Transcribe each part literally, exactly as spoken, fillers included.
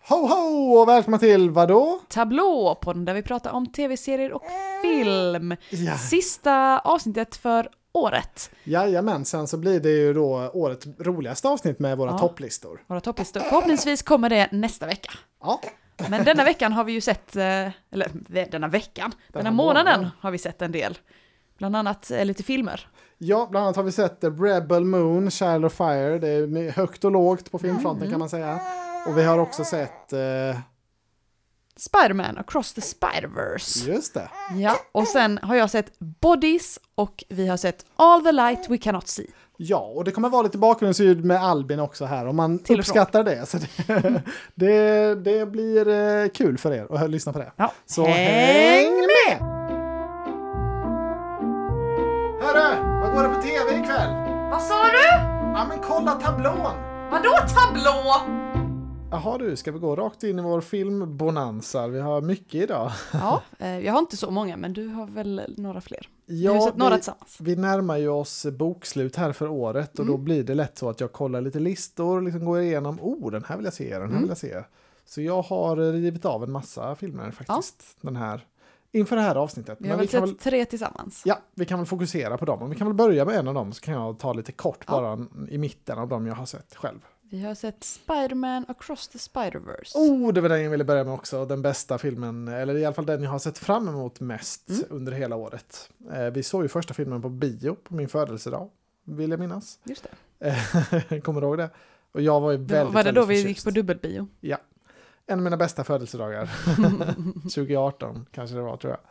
Ho ho och välkomna till vadå? Tablå, podden där vi pratar om tv-serier och film. Ja. Sista avsnittet för året. Jajamän, sen så blir det ju då årets roligaste avsnitt med våra Ja. topplistor. Våra topplistor. Förhoppningsvis kommer det nästa vecka. Ja. Men denna veckan har vi ju sett, eller denna veckan, denna, denna månaden månaden har vi sett en del. Bland annat lite filmer. Ja, bland annat har vi sett Rebel Moon, Child of Fire. Det är högt och lågt på filmfronten mm. kan man säga. Och vi har också sett... Eh... Spider-Man Across the Spider-Verse. Just det. Ja, och sen har jag sett Bodies och vi har sett All the Light We Cannot See. Ja, och det kommer vara lite bakgrundsljud med Albin också här. Om man uppskattar det. Så det, det, det blir eh, kul för er att lyssna på det. Ja. Så häng med! Hörru, vad går det på tv ikväll? Vad sa du? Ja, men kolla tablån! Vadå tablå? Jaha du, ska vi gå rakt in i vår filmbonanza? Vi har mycket idag. Ja, eh, jag har inte så många, men du har väl några fler? Ja, du har sett vi, några tillsammans. Vi närmar ju oss bokslut här för året och mm. då blir det lätt så att jag kollar lite listor och liksom går igenom, oh den här vill jag se, den här mm. vill jag se. Så jag har rivit av en massa filmer faktiskt, ja. den här, inför det här avsnittet. Vi har väl sett väl, tre tillsammans. Ja, vi kan väl fokusera på dem. Och vi kan väl börja med en av dem så kan jag ta lite kort ja. bara i mitten av dem jag har sett själv. Vi har sett Spider-Man Across the Spider-Verse. Oh, det var den jag ville börja med också. Den bästa filmen, eller i alla fall den jag har sett fram emot mest mm. under hela året. Eh, vi såg ju första filmen på bio på min födelsedag, vill jag minnas. Just det. Kommer du ihåg det? Och jag var ju väldigt, väldigt Var det då vi förtjust. gick på dubbelbio? Ja. En av mina bästa födelsedagar. tjugo arton kanske det var, tror jag.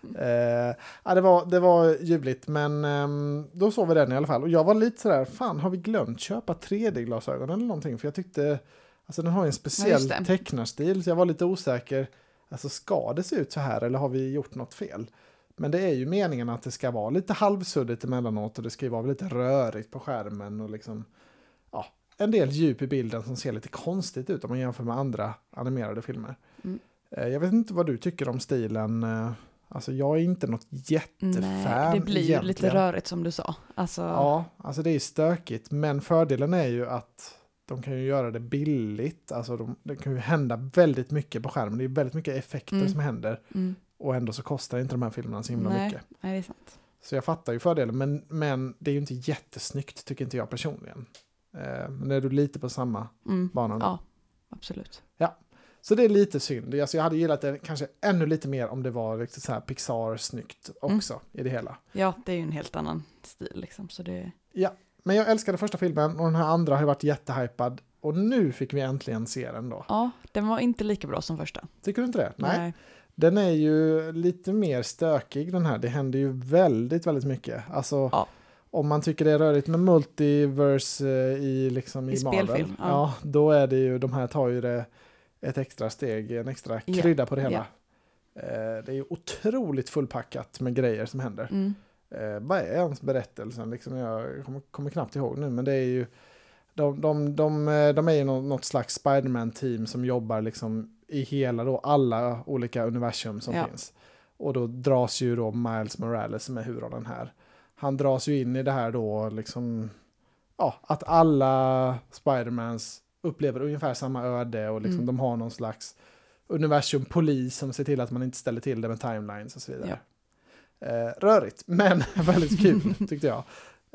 Eh, ja, det, var, det var ljuvligt, men eh, då såg vi den i alla fall. Och jag var lite sådär, fan har vi glömt köpa tre D-glasögon eller någonting? För jag tyckte, alltså den har ju en speciell ja, tecknarstil, så jag var lite osäker. Alltså ska det se ut så här eller har vi gjort något fel? Men det är ju meningen att det ska vara lite halvsuddigt emellanåt och det ska ju vara lite rörigt på skärmen och liksom, ja, en del djup i bilden som ser lite konstigt ut om man jämför med andra animerade filmer. Mm. Jag vet inte vad du tycker om stilen. Alltså jag är inte något jättefan. Nej, det blir ju egentligen lite rörigt som du sa. Alltså... Ja, alltså det är stökigt. Men fördelen är ju att de kan ju göra det billigt. Alltså de, det kan ju hända väldigt mycket på skärmen. Det är väldigt mycket effekter mm. som händer. Mm. Och ändå så kostar inte de här filmerna så himla nej, mycket. Nej, det är sant. Så jag fattar ju fördelen. Men, men det är ju inte jättesnyggt tycker inte jag personligen. Men är du lite på samma mm. bana? Ja, absolut. Ja, så det är lite synd. Alltså jag hade gillat det kanske ännu lite mer om det var riktigt så här Pixar-snyggt också mm. i det hela. Ja, det är ju en helt annan stil liksom. Så det... Ja, men jag älskade första filmen och den här andra har ju varit jättehypad. Och nu fick vi äntligen se den då. Ja, den var inte lika bra som första. Tycker du inte det? Nej. Nej. Den är ju lite mer stökig den här. Det händer ju väldigt, väldigt mycket. Alltså... Ja. Om man tycker det är rörigt med multiverse i, liksom, i, I Marvel, spelfilm, ja. ja, då är det ju, de här tar ju det ett extra steg, en extra krydda yeah. på det hela. Yeah. Eh, det är ju otroligt fullpackat med grejer som händer. Mm. Eh, vad är ens berättelsen? Liksom, jag kommer, kommer knappt ihåg nu, men det är ju, de, de, de, de är ju något, något slags Spider-Man-team som jobbar liksom i hela då, alla olika universum som ja. finns. Och då dras ju då Miles Morales som är huvudrollen här. Han dras ju in i det här då liksom, ja, att alla Spider-Mans upplever ungefär samma öde och liksom mm. de har någon slags universumpolis som ser till att man inte ställer till det med timelines och så vidare. Ja. Eh, rörigt, men väldigt kul tyckte jag.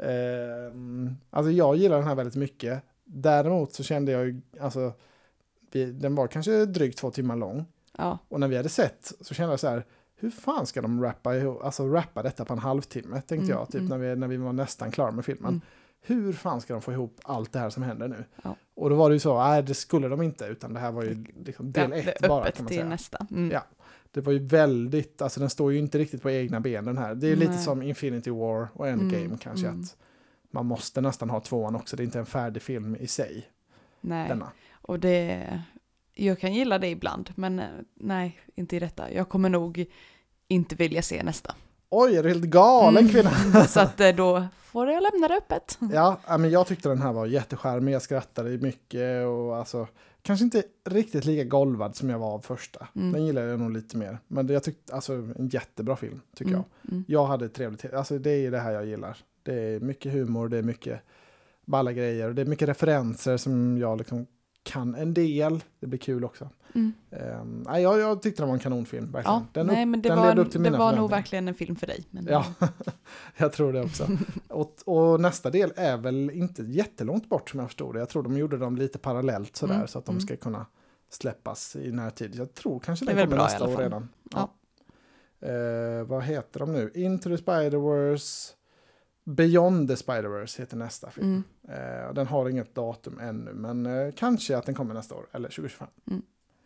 Eh, alltså jag gillar den här väldigt mycket. Däremot så kände jag ju, alltså vi, den var kanske drygt två timmar lång. Ja. Och när vi hade sett så kände jag så här, hur fan ska de rappa, alltså rappa detta på en halvtimme, tänkte mm, jag, typ mm. när, vi, när vi var nästan klara med filmen. Mm. Hur fan ska de få ihop allt det här som händer nu? Ja. Och då var det ju så, nej det skulle de inte, utan det här var ju liksom del ett ja, bara kan man säga. Nästa. Mm. Ja, det var ju väldigt, alltså den står ju inte riktigt på egna ben den här. Det är nej. lite som Infinity War och Endgame mm, kanske, mm. att man måste nästan ha tvåan också, det är inte en färdig film i sig. Nej, denna. Och det, jag kan gilla det ibland, men nej, inte i detta. Jag kommer nog inte vilja se nästa. Oj, är du helt galen kvinna? Mm, så att då får jag lämna det öppet. Ja, men jag tyckte den här var jätteskärmig. Jag skrattade mycket och alltså kanske inte riktigt lika golvad som jag var av första. Mm. Den gillade jag nog lite mer. Men jag tyckte, alltså en jättebra film tycker mm. jag. Mm. Jag hade trevligt, alltså det är det här jag gillar. Det är mycket humor, det är mycket balla grejer och det är mycket referenser som jag liksom kan en del. Det blir kul också. Mm. Um, nej, jag, jag tyckte det var en kanonfilm. Verkligen. Ja, den nej, upp, men det den var, upp till det mina var nog verkligen en film för dig. Men... Ja, jag tror det också. och, och nästa del är väl inte jättelångt bort som jag förstår det. Jag tror de gjorde dem lite parallellt sådär mm. så att de mm. ska kunna släppas i närtid. Jag tror kanske det, det kommer bra, nästa år redan. Ja. Ja. Uh, vad heter de nu? Into the Spider-Verse, Beyond the Spider-Verse heter nästa film. Mm. Uh, den har inget datum ännu, men uh, kanske att den kommer nästa år, eller tjugo tjugofem. Mm.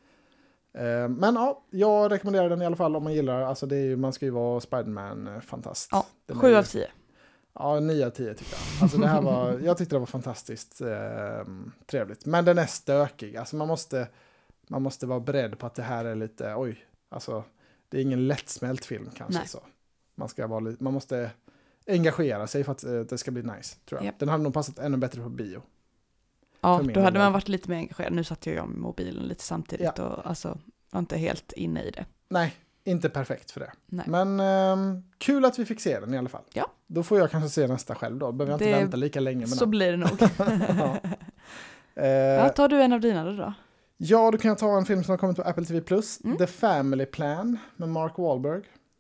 Uh, men ja, jag rekommenderar den i alla fall om man gillar, alltså det är ju, man ska ju vara Spider-Man-fantast. Ja, sju av tio. Ja, nio av tio tycker jag. Alltså det här var, jag tyckte det var fantastiskt uh, trevligt. Men den är stökig, alltså man måste, man måste vara beredd på att det här är lite, oj, alltså det är ingen lättsmält film kanske. Nej. Så. Man, ska vara lite, man måste engagera sig för att uh, det ska bli nice, tror jag. Yep. Den hade nog passat ännu bättre på bio. Ja, då hade man varit lite mer engagerad. Nu satt jag med mobilen lite samtidigt ja. och alltså, var inte helt inne i det. Nej, inte perfekt för det. Nej. Men um, kul att vi fick se den i alla fall. Ja. Då får jag kanske se nästa själv då. Behöver jag det, inte vänta lika länge med Så den. blir det nog. ja. Uh, ja, tar du en av dina då? Ja, då kan jag ta en film som har kommit på Apple T V plus. Mm. The Family Plan med Mark Wahlberg.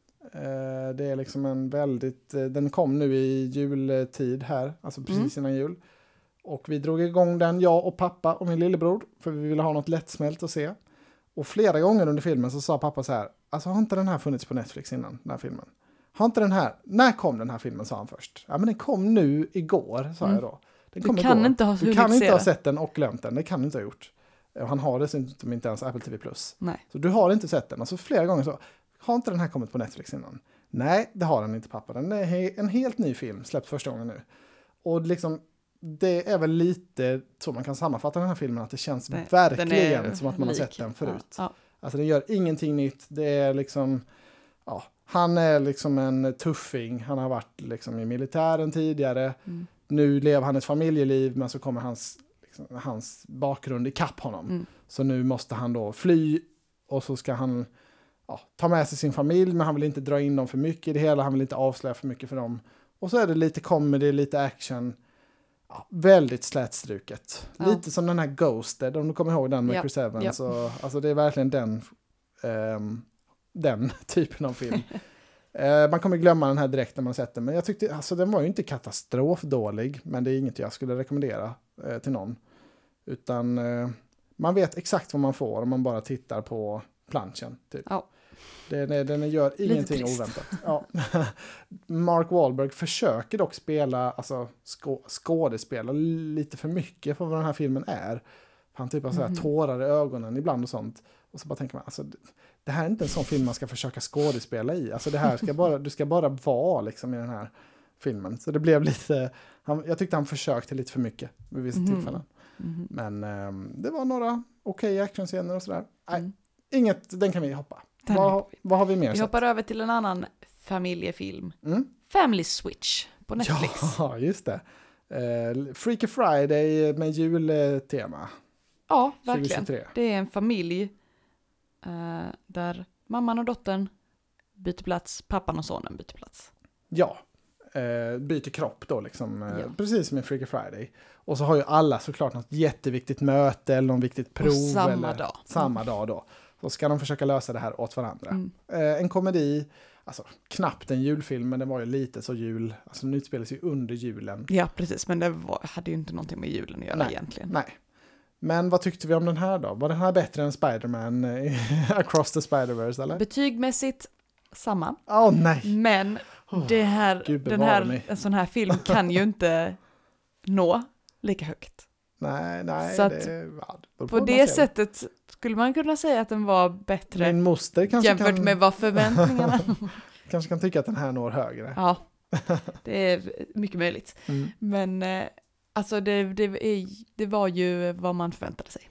Uh, det är liksom en väldigt... Uh, den kom nu i jultid här. Alltså precis mm. innan jul. Och vi drog igång den, jag och pappa och min lillebror. För vi ville ha något lättsmält att se. Och flera gånger under filmen så sa pappa så här. Alltså har inte den här funnits på Netflix innan, den här filmen? Har inte den här, när kom den här filmen, sa han först. Ja men den kom nu igår, sa mm. jag då. Den kom du kan igår. inte ha, du kan inte ha sett den och glömt den, det kan du inte ha gjort. Och han har dessutom inte ens Apple T V plus. Nej. Så du har inte sett den. Alltså flera gånger så, har inte den här kommit på Netflix innan? Nej, det har den inte pappa. Den är he- en helt ny film, släppt första gången nu. Och liksom... Det är väl lite så man kan sammanfatta den här filmen, att det känns det, verkligen som att man lik. har sett den förut. Ja, ja. Alltså den gör ingenting nytt. Det är liksom, ja, han är liksom en tuffing. Han har varit liksom i militären tidigare. Mm. Nu lever han ett familjeliv, men så kommer hans, liksom, hans bakgrund ikapp honom. Mm. Så nu måste han då fly och så ska han ja, ta med sig sin familj, men han vill inte dra in dem för mycket i det hela. Han vill inte avslöja för mycket för dem. Och så är det lite comedy, lite action. Ja, väldigt slätstruket. Ja. Lite som den här Ghosted, om du kommer ihåg den med ja. Chris Evans. Ja. Så, alltså det är verkligen den, um, den typen av film. uh, man kommer glömma den här direkt när man har sett den. Men jag tyckte, alltså den var ju inte katastrofdålig. Men det är inget jag skulle rekommendera uh, till någon. Utan uh, man vet exakt vad man får om man bara tittar på planschen. Typ. Ja. Den, den gör ingenting oväntat. Ja. Mark Wahlberg försöker dock spela, alltså skå, skådespela lite för mycket för vad den här filmen är. Han typ har så här mm. tårar i ögonen ibland och sånt. Och så bara tänker man, alltså, det här är inte en sån film man ska försöka skådespela i. Alltså det här ska bara, du ska bara vara liksom i den här filmen. Så det blev lite, han, jag tyckte han försökte lite för mycket vid vissa mm. tillfällen. Mm. Men um, det var några okej okay actionscener och sådär. Nej, mm. inget, den kan vi hoppa. Vad, vad har vi mer Vi sett? hoppar över till en annan familjefilm. Mm? Family Switch på Netflix. Ja, just det. Uh, Freaky Friday med jultema. Ja, verkligen. tjugohundratjugotre. Det är en familj uh, där mamman och dottern byter plats, pappan och sonen byter plats. Ja, uh, byter kropp då liksom. Uh, ja. Precis som i Freaky Friday. Och så har ju alla såklart något jätteviktigt möte eller något viktigt prov. Och samma eller, dag. Samma mm. dag då. Så ska de försöka lösa det här åt varandra. Mm. Eh, en komedi, alltså knappt en julfilm, men det var ju lite så jul. Alltså den utspelades ju under julen. Ja, precis. Men det var, hade ju inte någonting med julen att göra nej, egentligen. Nej. Men vad tyckte vi om den här då? Var den här bättre än Spider-Man Across the Spider-Verse, eller? Betygmässigt samma. Åh, oh, nej. Men det här, Gud, den här, en sån här film kan ju inte nå lika högt. Nej, nej. Så att det, ja, det på det sättet skulle man kunna säga att den var bättre. Min moster kanske jämfört kan, med vad förväntningarna. kanske kan tycka att den här når högre. Ja, det är mycket möjligt. Mm. Men alltså det, det, är, det var ju vad man förväntade sig.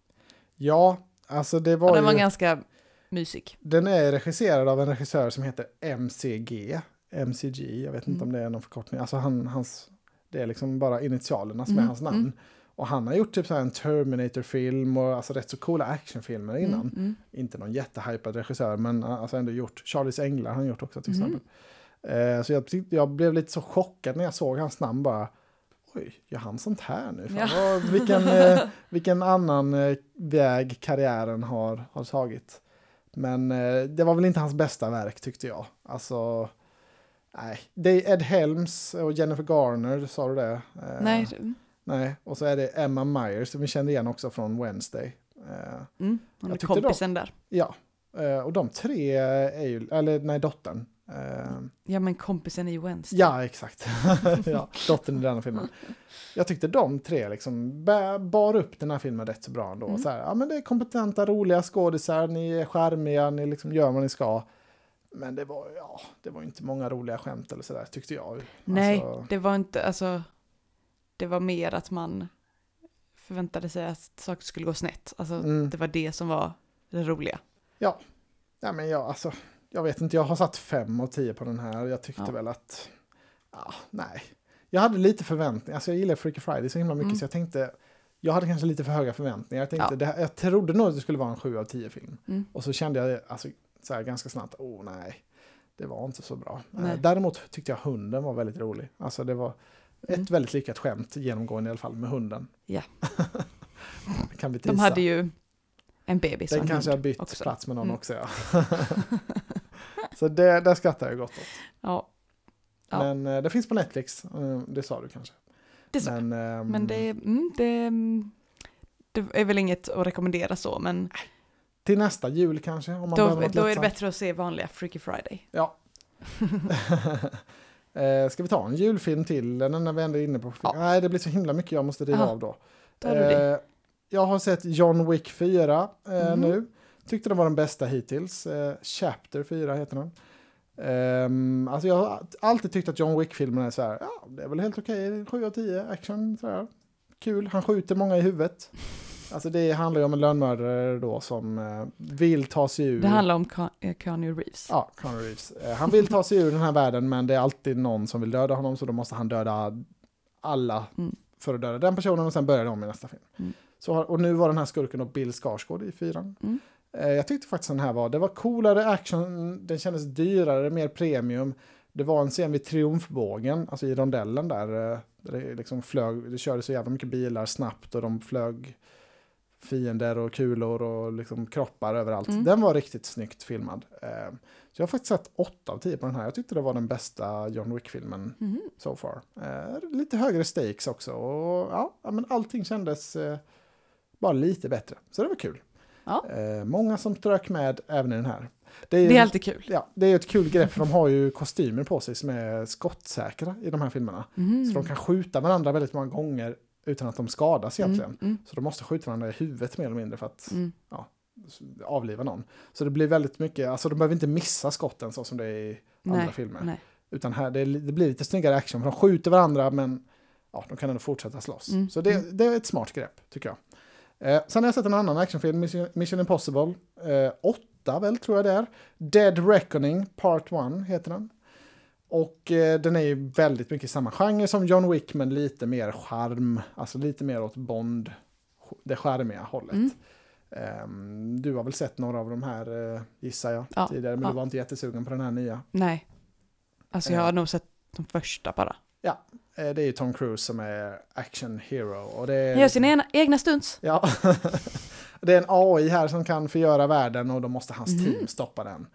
Ja, alltså det var ja, den ju... var ganska mysig. Den är regisserad av en regissör som heter M C G. M C G, jag vet inte mm. om det är någon förkortning. Alltså han, hans, det är liksom bara initialerna som mm. är hans namn. Mm. Och han har gjort typ så här en Terminator-film och alltså rätt så coola actionfilmer innan. Mm, mm. Inte någon jättehypad regissör, men alltså ändå gjort. Charlies Änglar har han gjort också till exempel. Mm. Eh, så jag, jag blev lite så chockad när jag såg hans namn bara. oj, gör han sånt här nu? Fan, ja. vad, vilken, eh, vilken annan eh, väg karriären har, har tagit. Men eh, det var väl inte hans bästa verk tyckte jag. Alltså, nej. Det är Ed Helms och Jennifer Garner, sa du det? Eh, nej. Nej, och så är det Emma Myers som vi kände igen också från Wednesday. Eh, mm, hon är kompisen de, där. Ja, eh, och de tre är ju, eller nej, dottern. Uh, ja, men kompisen är ju Wednesday. Ja, exakt. ja, dottern i denna filmen. Jag tyckte de tre liksom bar upp den här filmen rätt så bra ändå. Mm. Så här, ja, men det är kompetenta, roliga skådisar, ni är charmiga, ni liksom gör vad ni ska. Men det var, ja, det var inte många roliga skämt eller sådär, tyckte jag. Nej, alltså, det var inte, alltså, det var mer att man förväntade sig att saker skulle gå snett. Alltså, mm. det var det som var det roliga. Ja, ja men jag, alltså... Jag vet inte, jag har satt fem av tio på den här. Jag tyckte ja. väl att, ja, nej. Jag hade lite förväntningar. Alltså jag gillar Freaky Friday så himla mycket mm. så jag tänkte, jag hade kanske lite för höga förväntningar. Jag tänkte, ja. det här, jag trodde nog att det skulle vara en sju av tio film. Mm. Och så kände jag alltså, så här, ganska snabbt, åh oh, nej, det var inte så bra. Eh, däremot tyckte jag hunden var väldigt rolig. Alltså det var mm. ett väldigt lyckat skämt genomgående i alla fall med hunden. Ja. kan vi De hade ju en bebis. Den kanske har bytt också. Plats med någon mm. också, ja. Så det, där skrattar jag gott åt. Ja. ja. Men eh, det finns på Netflix, det sa du kanske. Det sa men, ähm, men det, mm, det, det är väl inget att rekommendera så, men... Till nästa jul kanske. Om man då då är det bättre att se vanliga Freaky Friday. Ja. eh, ska vi ta en julfilm till när vi ändå är inne på... Ja. Nej, det blir så himla mycket jag måste riva Aha. av då. Då har du det. Eh, jag har sett John Wick fyra eh, mm. nu. Tyckte den var den bästa hittills. Eh, Chapter fyra heter den. Um, alltså jag har alltid tyckt att John Wick-filmen är så här, ja, det är väl helt okej. Okay. sju av tio, action, så här. Kul. Han skjuter många i huvudet. Alltså det handlar ju om en lönnmördare då som uh, vill ta sig ur... Det handlar om Ke- Keanu Reeves. Ja, Keanu Reeves. Uh, han vill ta sig ur den här världen, men det är alltid någon som vill döda honom, så då måste han döda alla mm. för att döda den personen och sen börjar de i nästa film. Mm. Så, och nu var den här skurken och Bill Skarsgård i fyran. Mm. Jag tyckte faktiskt den här var, det var coolare action, den kändes dyrare, mer premium. Det var en scen vid Triumfbågen, alltså i rondellen där, där det liksom flög, det körde så jävla mycket bilar snabbt och de flög fiender och kulor och liksom kroppar överallt. Mm. Den var riktigt snyggt filmad. Så jag har faktiskt sett åtta av tio på den här. Jag tyckte det var den bästa John Wick-filmen mm. so far. Lite högre stakes också och ja, men allting kändes bara lite bättre. Så det var kul. Ja. Eh, många som strök med även i den här. Det är, det är alltid kul. Ja, det är ett kul grepp för de har ju kostymer på sig som är skottsäkra i de här filmerna. Mm. Så de kan skjuta varandra väldigt många gånger utan att de skadas egentligen. Mm. Mm. Så de måste skjuta varandra i huvudet mer eller mindre för att mm. ja, avliva någon. Så det blir väldigt mycket, alltså de behöver inte missa skotten så som det är i nej, andra filmer. Nej. Utan här, det, det blir lite snyggare action för de skjuter varandra men ja, de kan ändå fortsätta slåss. Mm. Så det, det är ett smart grepp tycker jag. Eh, sen har jag sett en annan actionfilm, Mission, Mission Impossible. Eh, åtta väl tror jag det är. Dead Reckoning Part ett heter den. Och eh, den är ju väldigt mycket samma genre som John Wick men lite mer charm. Alltså lite mer åt Bond, det charmiga hållet. Mm. Eh, du har väl sett några av de här eh, gissar jag ja, tidigare men ja. Du var inte jättesugen på den här nya. Nej, alltså jag har eh. nog sett de första bara. Ja, det är ju Tom Cruise som är action hero. Och det är, han gör sina egna, egna stunts. Ja, det är en A I här som kan förgöra världen och då måste hans mm. team stoppa den.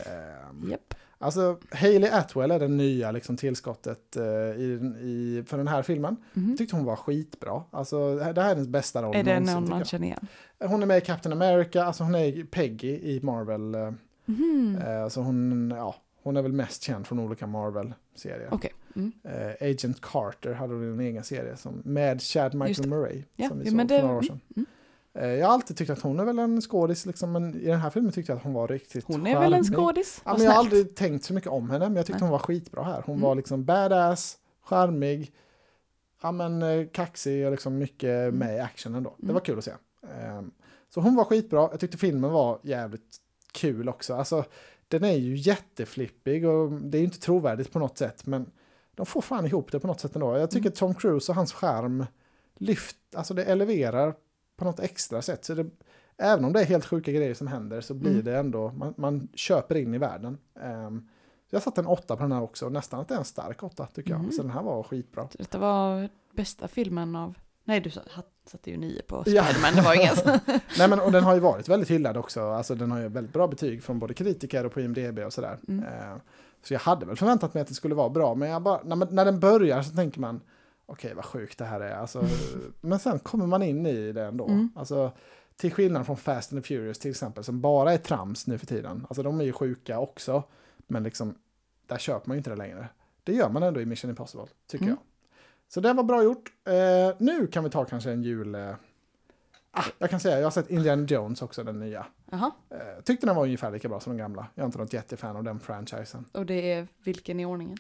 Um, yep. Alltså, Hayley Atwell är det nya liksom, tillskottet uh, i, i, för den här filmen. Mm. Jag tyckte hon var skitbra. Alltså, det här är hennes bästa roll. Är det någonsin, någon man känner igen? Hon är med i Captain America, alltså hon är Peggy i Marvel. Uh, mm. uh, så hon, ja, hon är väl mest känd från olika Marvel-serier. Okay. Mm. Uh, Agent Carter hade en egen serie som, med Chad Michael Murray ja, som vi ja, såg det, för några år sedan. Mm. Uh, jag har alltid tyckt att hon är väl en skådis, liksom, men i den här filmen tyckte jag att hon var riktigt Hon är charmig. Väl en skådis? Ja, men jag har aldrig tänkt så mycket om henne, men jag tyckte Nej. hon var skitbra här. Hon mm. var liksom badass, charmig, ja, men, uh, kaxig och liksom mycket mm. med i actionen då. Det mm. var kul att se. Uh, så hon var skitbra. Jag tyckte filmen var jävligt kul också. Alltså, den är ju jätteflippig och det är ju inte trovärdigt på något sätt, men de får fan ihop det på något sätt ändå. Jag tycker mm. att Tom Cruise och hans charm lyft, alltså det eleverar på något extra sätt. Så det, även om det är helt sjuka grejer som händer så blir mm. det ändå, man, man köper in i världen. Um, Jag satte en åtta på den här också. Nästan att det är en stark åtta tycker jag. Mm. Så den här var skitbra. Detta var bästa filmen av... Nej, du satte ju nio på Spiderman. Ja. Det var inget. Nej, men och den har ju varit väldigt hyllad också. Alltså den har ju väldigt bra betyg från både kritiker och på I M D B och sådär. Mm. Uh, så jag hade väl förväntat mig att det skulle vara bra. Men jag bara, när, när den börjar så tänker man okej, okay, vad sjukt det här är. Alltså, men sen kommer man in i det ändå. Mm. Alltså, till skillnad från Fast and the Furious till exempel, som bara är trams nu för tiden. Alltså de är ju sjuka också. Men liksom, där köper man ju inte det längre. Det gör man ändå i Mission Impossible, tycker mm. jag. Så det var bra gjort. Uh, nu kan vi ta kanske en jul... Uh, ah, jag kan säga, jag har sett Indiana Jones också, den nya. Uh-huh. Uh, tyckte den var ungefär lika bra som den gamla. Jag är inte något jättefan av den franchisen. Och det är vilken i ordningen?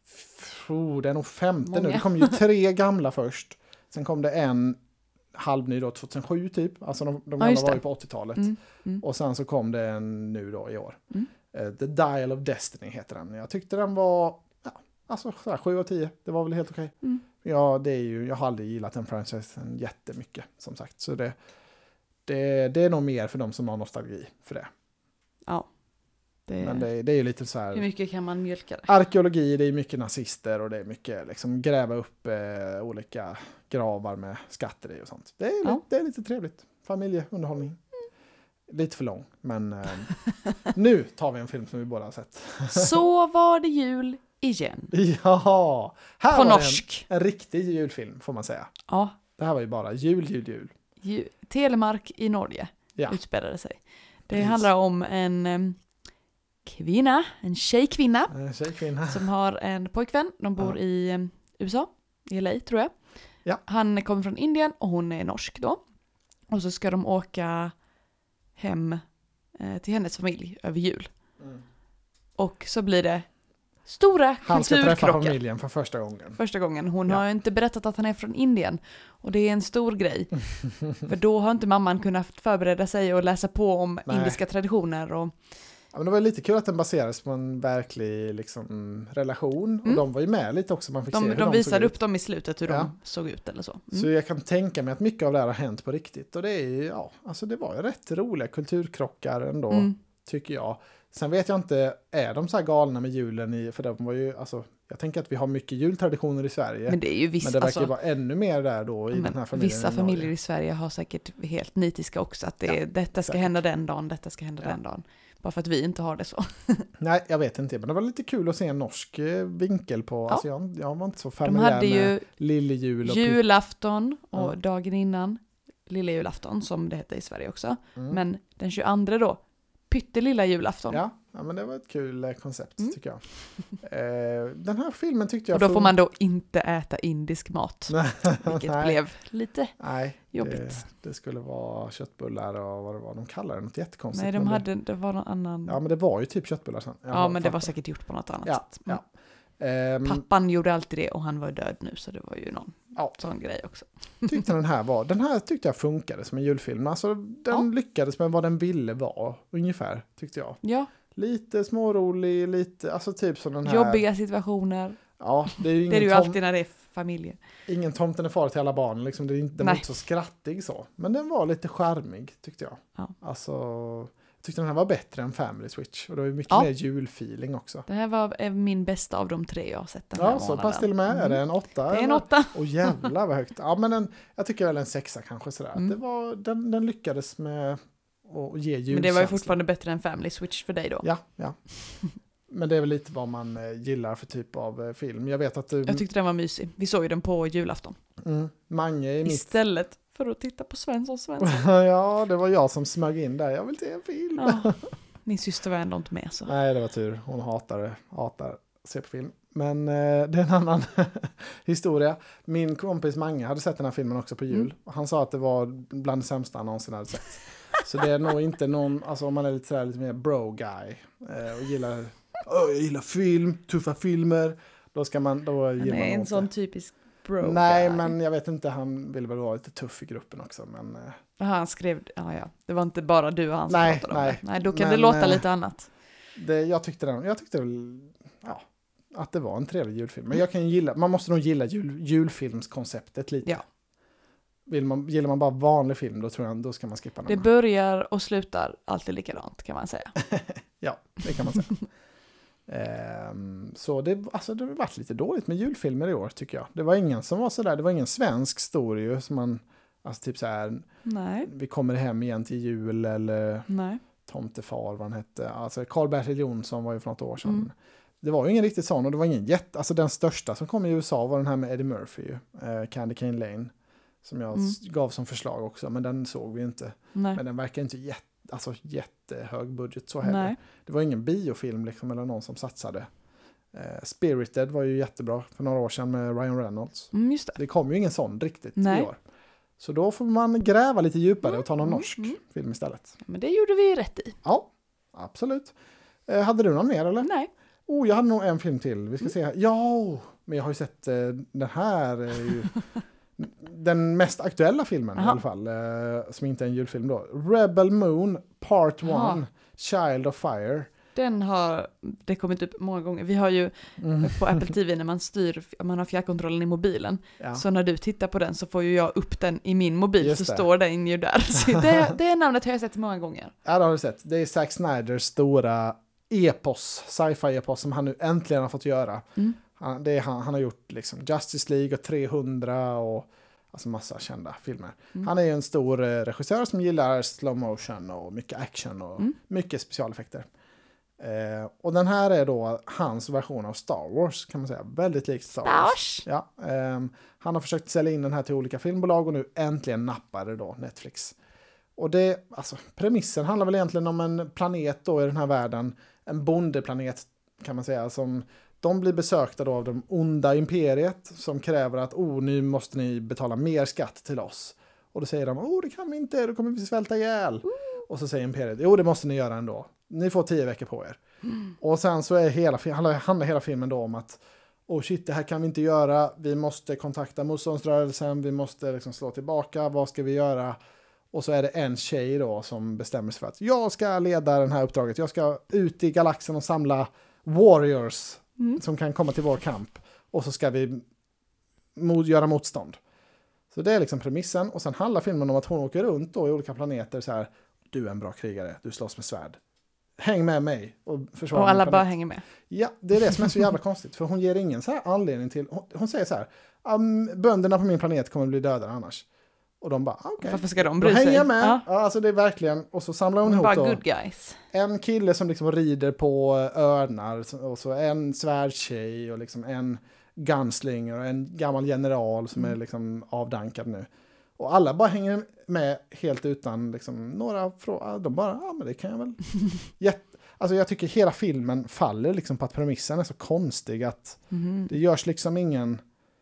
Oh, det är nog femte Många. nu. Det kom ju tre gamla först. Sen kom det en halvny då, tjugohundrasju typ. Alltså de, de gamla ja, var ju på åttiotalet. Mm, mm. Och sen så kom det en nu då i år. Mm. Uh, The Dial of Destiny heter den. Jag tyckte den var, ja, alltså så här, sju av tio. Det var väl helt okej. Okay. Mm. Ja, det är ju, jag har aldrig gillat den franchisen jättemycket, som sagt. Så det, det, det är nog mer för de som har nostalgi för det. Ja. Det, Men det, det är ju lite så här... Hur mycket kan man mjölka det? Arkeologi, det är mycket nazister och det är mycket liksom gräva upp eh, olika gravar med skatter i och sånt. Det är, ja. lite, det är lite trevligt. Familjeunderhållning. Mm. Lite för lång, men eh, nu tar vi en film som vi båda har sett. Så var det jul igen. Ja! Här på var norsk. En, en riktig julfilm, får man säga. Ja. Det här var ju bara jul, jul, jul. Ju, Telemark i Norge ja. utspelade sig. Det Precis. handlar om en... Um, kvinna, en tjejkvinna, en tjejkvinna som har en pojkvän. De bor ja. i um, U S A, i L A tror jag. Ja. Han kommer från Indien och hon är norsk då. Och så ska de åka hem eh, till hennes familj över jul. Mm. Och så blir det stora kulturkrockar. Han ska träffa familjen för första gången. Första gången. Hon ja. har inte berättat att han är från Indien. Och det är en stor grej. För då har inte mamman kunnat förbereda sig och läsa på om Nej. indiska traditioner och... Ja, men det var lite kul att den baserades på en verklig liksom, relation. Mm. Och de var ju med lite också. Man fick de se hur de, de visade såg upp ut. dem i slutet hur ja. de såg ut eller så. Mm. Så jag kan tänka mig att mycket av det här har hänt på riktigt. Och det är ju, ja, alltså det var ju rätt roliga kulturkrockar ändå, mm. tycker jag. Sen vet jag inte, är de så här galna med julen i, för de var ju, alltså, jag tänker att vi har mycket jultraditioner i Sverige. Men det är ju vissa, men det verkar alltså, vara ännu mer där då i den här familjen. Vissa i familjer i Sverige har säkert helt nitiska också, att det är, ja, detta ska säkert. hända den dagen, detta ska hända ja. den dagen. Bara för att vi inte har det så. Nej, jag vet inte. Men det var lite kul att se en norsk vinkel på... Ja. Alltså jag, jag var inte så familjär De hade ju lillejul och julafton och ja. dagen innan lilla julafton, som det heter i Sverige också. Mm. Men den tjugoandra då, pyttelilla julafton. Ja, ja, men det var ett kul koncept mm. tycker jag. eh, den här filmen tyckte jag... Och då får man då inte äta indisk mat. Vilket Nej. blev lite Nej, jobbigt. Det, det skulle vara köttbullar och vad det var. De kallade det något jättekonstigt. Nej, de hade, det, det var någon annan... Ja, men det var ju typ köttbullar sen. Jag ja, men det var säkert gjort på något annat ja, sätt. Mm. Ja. Um, Pappan gjorde alltid det och han var död nu, så det var ju någon ja. sån grej också. Tyckte den här var, den här tyckte jag funkade som en julfilm. Alltså den ja. lyckades med vad den ville vara, ungefär, tyckte jag. Ja. Lite smårolig, lite, alltså typ som den här... Jobbiga situationer. Ja, det är ju, ingen det är ju tom... alltid när det är familjer. Ingen Tomten är far till alla barn, liksom. Det är inte, den var inte så skrattig så. Men den var lite charmig, tyckte jag. Ja. Alltså... Jag tyckte den här var bättre än Family Switch. Och det var mycket ja. mer julfeeling också. Det här var min bästa av de tre jag har sett den ja, här Ja, så pass till och med. Mm. Är det en åtta? Det är en åtta. Åh oh, jävlar vad högt. Ja, men en, jag tycker väl en sexa kanske sådär. Mm. Det var, den, den lyckades med att ge julkänsla. Men det var ju fortfarande bättre än Family Switch för dig då. Ja, ja. Men det är väl lite vad man gillar för typ av film. Jag vet att du... Jag tyckte den var mysig. Vi såg ju den på julafton. Mm. Mange i mitt... Istället för att titta på Svensson Svensson. Ja, det var jag som smög in där. Jag vill se en film. Ja. Min syster var ändå inte med. Så. Nej, det var tur. Hon hatar, hatar att se på film. Men eh, det är en annan historia. Min kompis Mange hade sett den här filmen också på jul. Mm. Han sa att det var bland det sämsta han någonsin hade sett. Så det är nog inte någon, alltså om man är lite, sådär, lite mer bro guy eh, och gillar, oh, jag gillar film, tuffa filmer, då ska man, då gillar man är en inte. sån typisk bro Nej, guy. Men jag vet inte, han vill väl vara lite tuff i gruppen också. Men, eh. Aha, han skrev, ja, ja, det var inte bara du och han som nej, pratade om nej, det. Nej, då kan men, det låta eh, lite annat. Det, jag tyckte den, jag tyckte väl, ja, att det var en trevlig julfilm. Men jag kan gilla, man måste nog gilla jul, julfilmskonceptet lite. Ja. Vill man, gillar man bara vanlig film, då tror jag då ska man skippa den. Det börjar och slutar alltid likadant, kan man säga. Ja, det kan man säga. Um, så det, alltså det har varit lite dåligt med julfilmer i år tycker jag. Det var ingen som var sådär, det var ingen svensk story som man, alltså typ så här, Nej. Vi kommer hem igen till jul eller Nej. Tomtefar vad han hette. Alltså Carl-Bertil Jonsson var ju för något år sedan. Mm. Det var ju ingen riktigt sån och det var ingen jätte, alltså den största som kom i U S A var den här med Eddie Murphy ju, uh, Candy Cane Lane, som jag mm. gav som förslag också, men den såg vi inte. Nej. Men den verkar inte jätte, alltså jättehög budget så heller. Nej. Det var ingen biofilm liksom, eller någon som satsade. Uh, Spirited var ju jättebra för några år sedan med Ryan Reynolds. Mm, just det. Det kom ju ingen sån riktigt Nej. i år. Så då får man gräva lite djupare mm, och ta någon mm, norsk mm. film istället. Men det gjorde vi rätt i. Ja, absolut. Uh, hade du någon mer eller? Nej. Oh, jag hade nog en film till. Vi ska mm. se här. Ja, men jag har ju sett uh, den här. Uh, ju, den mest aktuella filmen Aha. i alla fall. Uh, som inte är en julfilm då. Rebel Moon Part one. Child of Fire. Den har det kommit upp många gånger. Vi har ju mm. på Apple T V när man styr, man har fjärrkontrollen i mobilen. Ja. Så när du tittar på den så får ju jag upp den i min mobil. Just så det. Står den ju där. Så det, det är namnet jag har sett många gånger. Ja, det har du sett. Det är Zack Snyders stora epos, sci-fi-epos som han nu äntligen har fått göra. Mm. Han, det är, han, han har gjort liksom Justice League och trehundra och alltså massa kända filmer. Mm. Han är ju en stor eh, regissör som gillar slow motion och mycket action och mm. mycket specialeffekter. Eh, och den här är då hans version av Star Wars kan man säga. Väldigt likt Star Wars. Ja, eh, han har försökt sälja in den här till olika filmbolag och nu äntligen nappade då Netflix. Och det, alltså premissen handlar väl egentligen om en planet då i den här världen. En bondeplanet kan man säga, som de blir besökta då av de onda imperiet som kräver att oh, nu måste ni betala mer skatt till oss. Och då säger de, oh det kan vi inte, då kommer vi svälta ihjäl. Mm. Och så säger imperiet, jo det måste ni göra ändå. Ni får tio veckor på er. Mm. Och sen så är hela, handlar hela filmen då om att oh shit, det här kan vi inte göra. Vi måste kontakta motståndsrörelsen, vi måste liksom slå tillbaka, vad ska vi göra? Och så är det en tjej då som bestämmer sig för att jag ska leda den här uppdraget. Jag ska ut i galaxen och samla warriors mm. som kan komma till vår kamp. Och så ska vi mod- göra motstånd. Så det är liksom premissen. Och sen handlar filmen om att hon åker runt då i olika planeter så här. Du är en bra krigare, du slåss med svärd. Häng med mig och försvara. Och alla bara hänger med. Ja, det är det som är så jävla konstigt. För hon ger ingen så här anledning till. Hon, hon säger så här. Um, bönderna på min planet kommer bli döda annars. Och de bara, okej. Okay. Varför ska de bry sig? Då hänger jag med. Ja. Ja, alltså det är verkligen. Och så samlar hon ihop bara då. Good guys. En kille som liksom rider på örnar. Och så en svärdtjej och liksom en gunslinger och en gammal general som mm. är liksom avdankad nu. Och alla bara hänger med helt utan liksom några frågor. De bara, ja men det kan jag väl. Jätte, alltså jag tycker hela filmen faller liksom på att premissen är så konstig att mm. det görs liksom ingen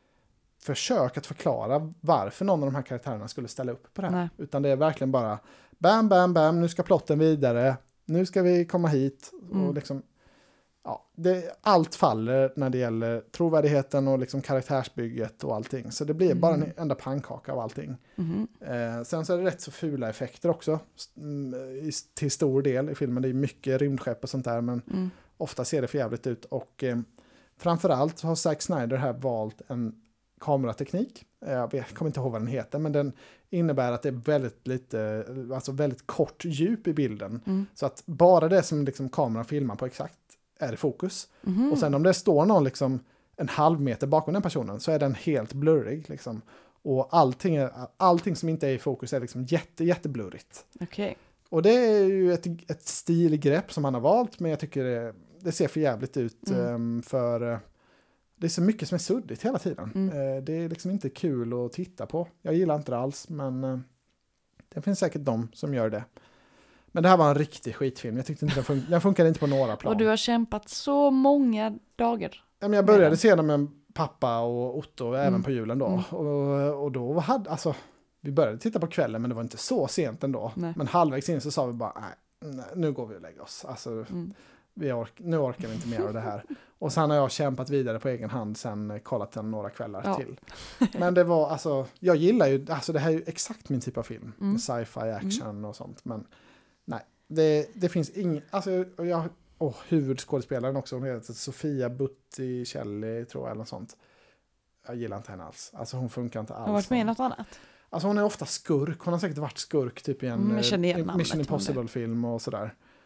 försök att förklara varför någon av de här karaktärerna skulle ställa upp på det här. Nej. Utan det är verkligen bara bam, bam, bam, nu ska plotten vidare. Nu ska vi komma hit. Mm. Och liksom, ja, det, allt faller när det gäller trovärdigheten och liksom karaktärsbygget och allting. Så det blir mm. bara en enda pannkaka av allting. Mm. Eh, sen så är det rätt så fula effekter också. I, till stor del i filmen. Det är mycket rymdskepp och sånt där. Men mm. ofta ser det för jävligt ut. Och eh, framförallt har Zack Snyder här valt en kamerateknik. Jag vet, kommer inte ihåg vad den heter, men den innebär att det är väldigt lite, alltså väldigt kort djup i bilden. Mm. Så att bara det som liksom kameran filmar på exakt är i fokus. Mm. Och sen om det står någon liksom en halv meter bakom den personen så är den helt blurrig liksom. Och allting, är, allting som inte är i fokus är liksom jätte, jätteblurrigt. Okay. Och det är ju ett, ett stilgrepp som han har valt, men jag tycker det, det ser för jävligt ut mm. um, för det är så mycket som är suddigt hela tiden. Mm. Det är liksom inte kul att titta på. Jag gillar inte det alls, men det finns säkert de som gör det. Men det här var en riktig skitfilm. Jag tyckte inte den, fun- den funkade inte på några plan. Och du har kämpat så många dagar. Jag började se den med pappa och Otto mm. även på julen då. Mm. Och, och då hade, alltså, vi började titta på kvällen, men det var inte så sent ändå. Nej. Men halvvägs in så sa vi bara, nej, nu går vi och lägger oss. Alltså, mm. vi ork- nu orkar vi inte mer av det här. Och sen har jag kämpat vidare på egen hand sen kollat den några kvällar ja. till. Men det var, alltså, jag gillar ju, alltså det här är ju exakt min typ av film. Mm. Med sci-fi, action mm. och sånt. Men nej, det, det finns ingen, alltså jag, oh, huvudskådespelaren också, hon heter Sofia Butticelli tror jag eller något sånt. Jag gillar inte henne alls. Alltså hon funkar inte alls. Har varit med i något annat? Alltså hon är ofta skurk. Hon har säkert varit skurk typ i en mm, Mission Impossible-film och sådär.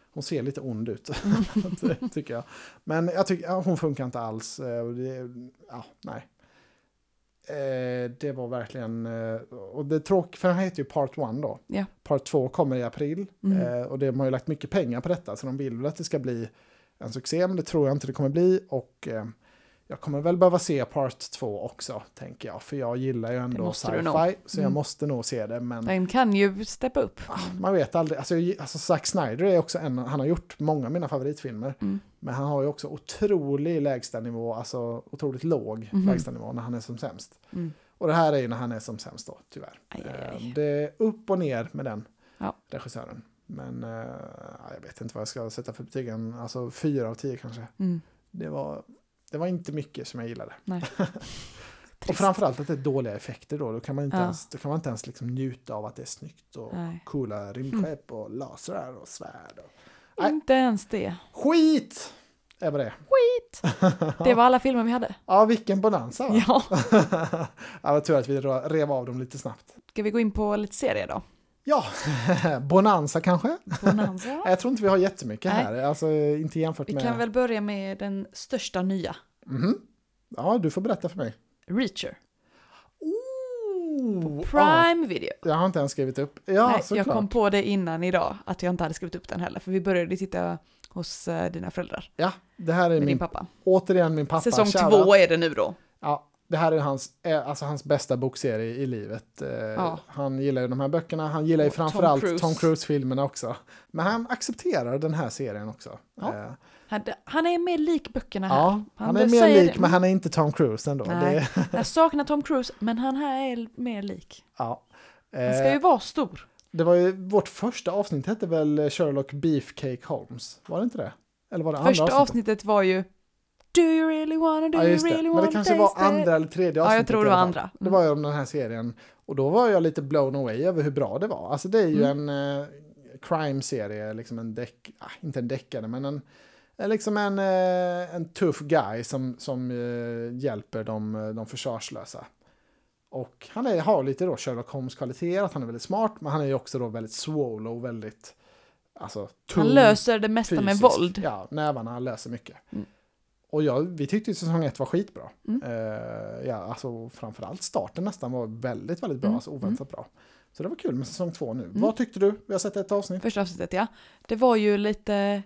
hon ser lite ond ut, tycker jag. Men jag tycker ja, hon funkar inte alls. Det, ja, nej. Det var verkligen, och det är tråkigt, för den heter ju Part one då. Yeah. Part två kommer i april. Mm. Och de har ju lagt mycket pengar på detta, så de vill väl att det ska bli en succé, men det tror jag inte det kommer bli. Och jag kommer väl behöva se Part två också, tänker jag. För jag gillar ju ändå sci-fi, så jag mm. måste nog se det. Men den kan ju steppa upp. Man vet aldrig. Alltså, alltså Zack Snyder är också en, han har gjort många av mina favoritfilmer. Mm. Men han har ju också otrolig lägstanivå, alltså otroligt låg mm. lägstanivå när han är som sämst. Mm. Och det här är ju när han är som sämst då, tyvärr. Aj, aj, aj. Det är upp och ner med den ja. regissören. Men uh, jag vet inte vad jag ska sätta för betygen. Alltså fyra av tio kanske. Mm. Det var... Det var inte mycket som jag gillade. Nej. Och framförallt att det är dåliga effekter då. Då kan man inte ja. ens, då kan man inte ens liksom njuta av att det är snyggt och Nej. coola rymdskepp och lasrar och svärd. Och... Inte ens det. Skit! Är vad det är. Skit! Det var alla filmer vi hade. Ja, vilken bonanza va? Ja. Ja, det tur att vi rev av dem lite snabbt. Ska vi gå in på lite serier då? Ja, bonanza kanske. Bonanza. Jag tror inte vi har jättemycket Nej. här. Alltså inte jämfört vi med... Vi kan väl börja med den största nya. Mm-hmm. Ja, du får berätta för mig. Reacher. Oh, på Prime ja. Video. Jag har inte ens skrivit upp. Ja, Nej, såklart. Jag kom på det innan idag att jag inte hade skrivit upp den heller. För vi började titta hos uh, dina föräldrar. Ja, det här är min, din pappa. Återigen min pappa. Säsong Kära. två är det nu då. Ja. Det här är hans, alltså hans bästa bokserie i livet. Ja. Han gillar ju de här böckerna. Han gillar ju framförallt Tom, Tom Cruise-filmerna också. Men han accepterar den här serien också. Ja. Han, han är mer lik böckerna här. Ja, han, han är mer lik, det. Men han är inte Tom Cruise ändå. Nej, det... Jag saknar Tom Cruise, men han här är mer lik. Ja. Han ska ju vara stor. Det var ju, vårt första avsnitt hette väl Sherlock Beefcake Holmes. Var det inte det? Eller var det första andra avsnittet? avsnittet var ju Do you really wanna, do ja, you just det. really Men wanna det kanske var andra eller tredje avsnittet. Ja, jag tror det var andra. Mm. Det var ju om den här serien. Och då var jag lite blown away över hur bra det var. Alltså det är ju mm. en uh, crime-serie, liksom en deck, ah, inte en deckare, men en, liksom en, uh, en tuff guy som, som uh, hjälper de, de försvarslösa. Och han är, har lite då Sherlock Holmes-kvaliteter, att han är väldigt smart, men han är ju också då väldigt swole och väldigt alltså, tung, han löser det mesta fysisk. Med våld. Ja, nävarna, han löser mycket. Mm. Och jag, vi tyckte ju säsong ett var skitbra. Mm. Uh, ja, alltså framförallt starten nästan var väldigt, väldigt bra. Mm. Alltså oväntat mm. bra. Så det var kul med säsong två nu. Mm. Vad tyckte du? Vi har sett ett avsnitt. Första avsnittet, ja. Det var ju lite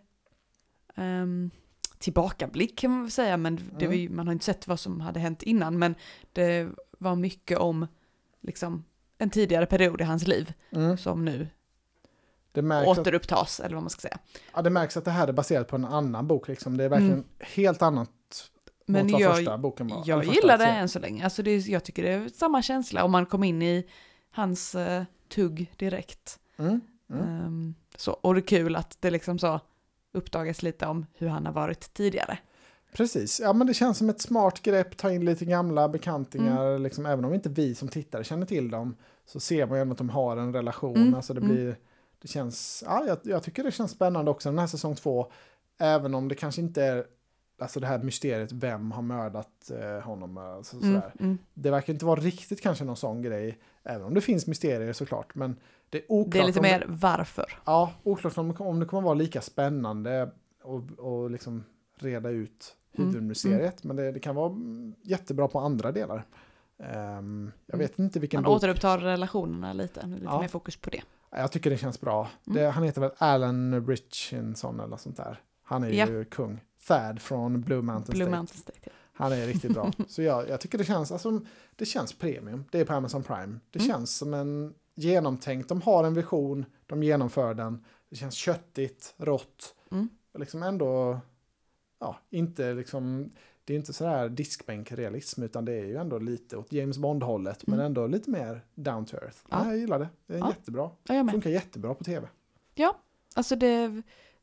um, tillbakablick kan man väl säga. Men det var ju, man har inte sett vad som hade hänt innan. Men det var mycket om liksom, en tidigare period i hans liv. Mm. Som nu det märks återupptas, att, eller vad man ska säga. Ja, det märks att det här är baserat på en annan bok. Liksom. Det är verkligen mm. helt annat men mot vad jag, första boken var. Jag gillar det än så länge. Alltså det är, jag tycker det är samma känsla om man kom in i hans uh, tugg direkt. Mm. Mm. Um, så, och det är kul att det liksom så uppdagas lite om hur han har varit tidigare. Precis, ja men det känns som ett smart grepp, ta in lite gamla bekantingar, mm. liksom, även om inte vi som tittare känner till dem så ser man ju att de har en relation, mm. alltså det blir mm. det känns, ja jag, jag tycker det känns spännande också den här säsong två, även om det kanske inte är alltså det här mysteriet, vem har mördat eh, honom, alltså, mm. sådär. Mm. Det verkar inte vara riktigt kanske någon sån grej, även om det finns mysterier såklart, men det är oklart. Det är lite mer det, varför. Ja, oklart om, om det kommer vara lika spännande och, och liksom reda ut huvudmysteriet, mm. men det, det kan vara jättebra på andra delar. Um, jag vet inte vilken man bok. återupptar relationerna lite, lite ja. mer fokus på det. Jag tycker det känns bra. Mm. Det, han heter väl Alan Richardson eller sånt där. Han är ja. ju kung. Thad från Blue Mountain Blue State. Mountain State ja. Han är riktigt bra. Så jag, jag tycker det känns, alltså, det känns premium. Det är på Amazon Prime. Det mm. känns som en genomtänkt. De har en vision, de genomför den. Det känns köttigt, rått. Mm. Liksom ändå, ja, inte liksom, det är inte sådär diskbänkrealism, utan det är ju ändå lite åt James Bond-hållet, mm. men ändå lite mer down to earth. Ja. Jag gillar det. Det är ja. jättebra. Ja, funkar jättebra på tv. Ja, alltså det är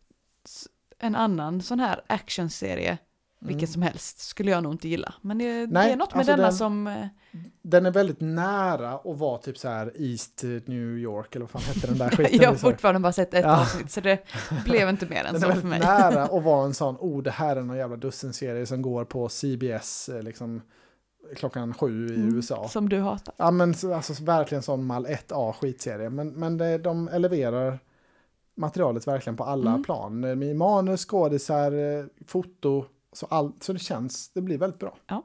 en annan sån här actionserie, vilken mm. som helst, skulle jag nog inte gilla. Men det, Nej, det är något med alltså denna den, som... Den är väldigt nära att vara typ så här East New York, eller vad fan heter den där skiten? Jag har fortfarande bara sett ett ja. avsnitt, så det blev inte mer än den så för mig. Den är väldigt nära att vara en sån, oh det här är någon jävla dussinserie som går på C B S liksom klockan sju i mm, U S A. Som du hatar. Ja men alltså verkligen sån mal ett A skitserie. Men, men det, de eleverar materialet verkligen på alla mm. plan. Med manus, skådisar, foto, så, all, så det känns, det blir väldigt bra. Ja.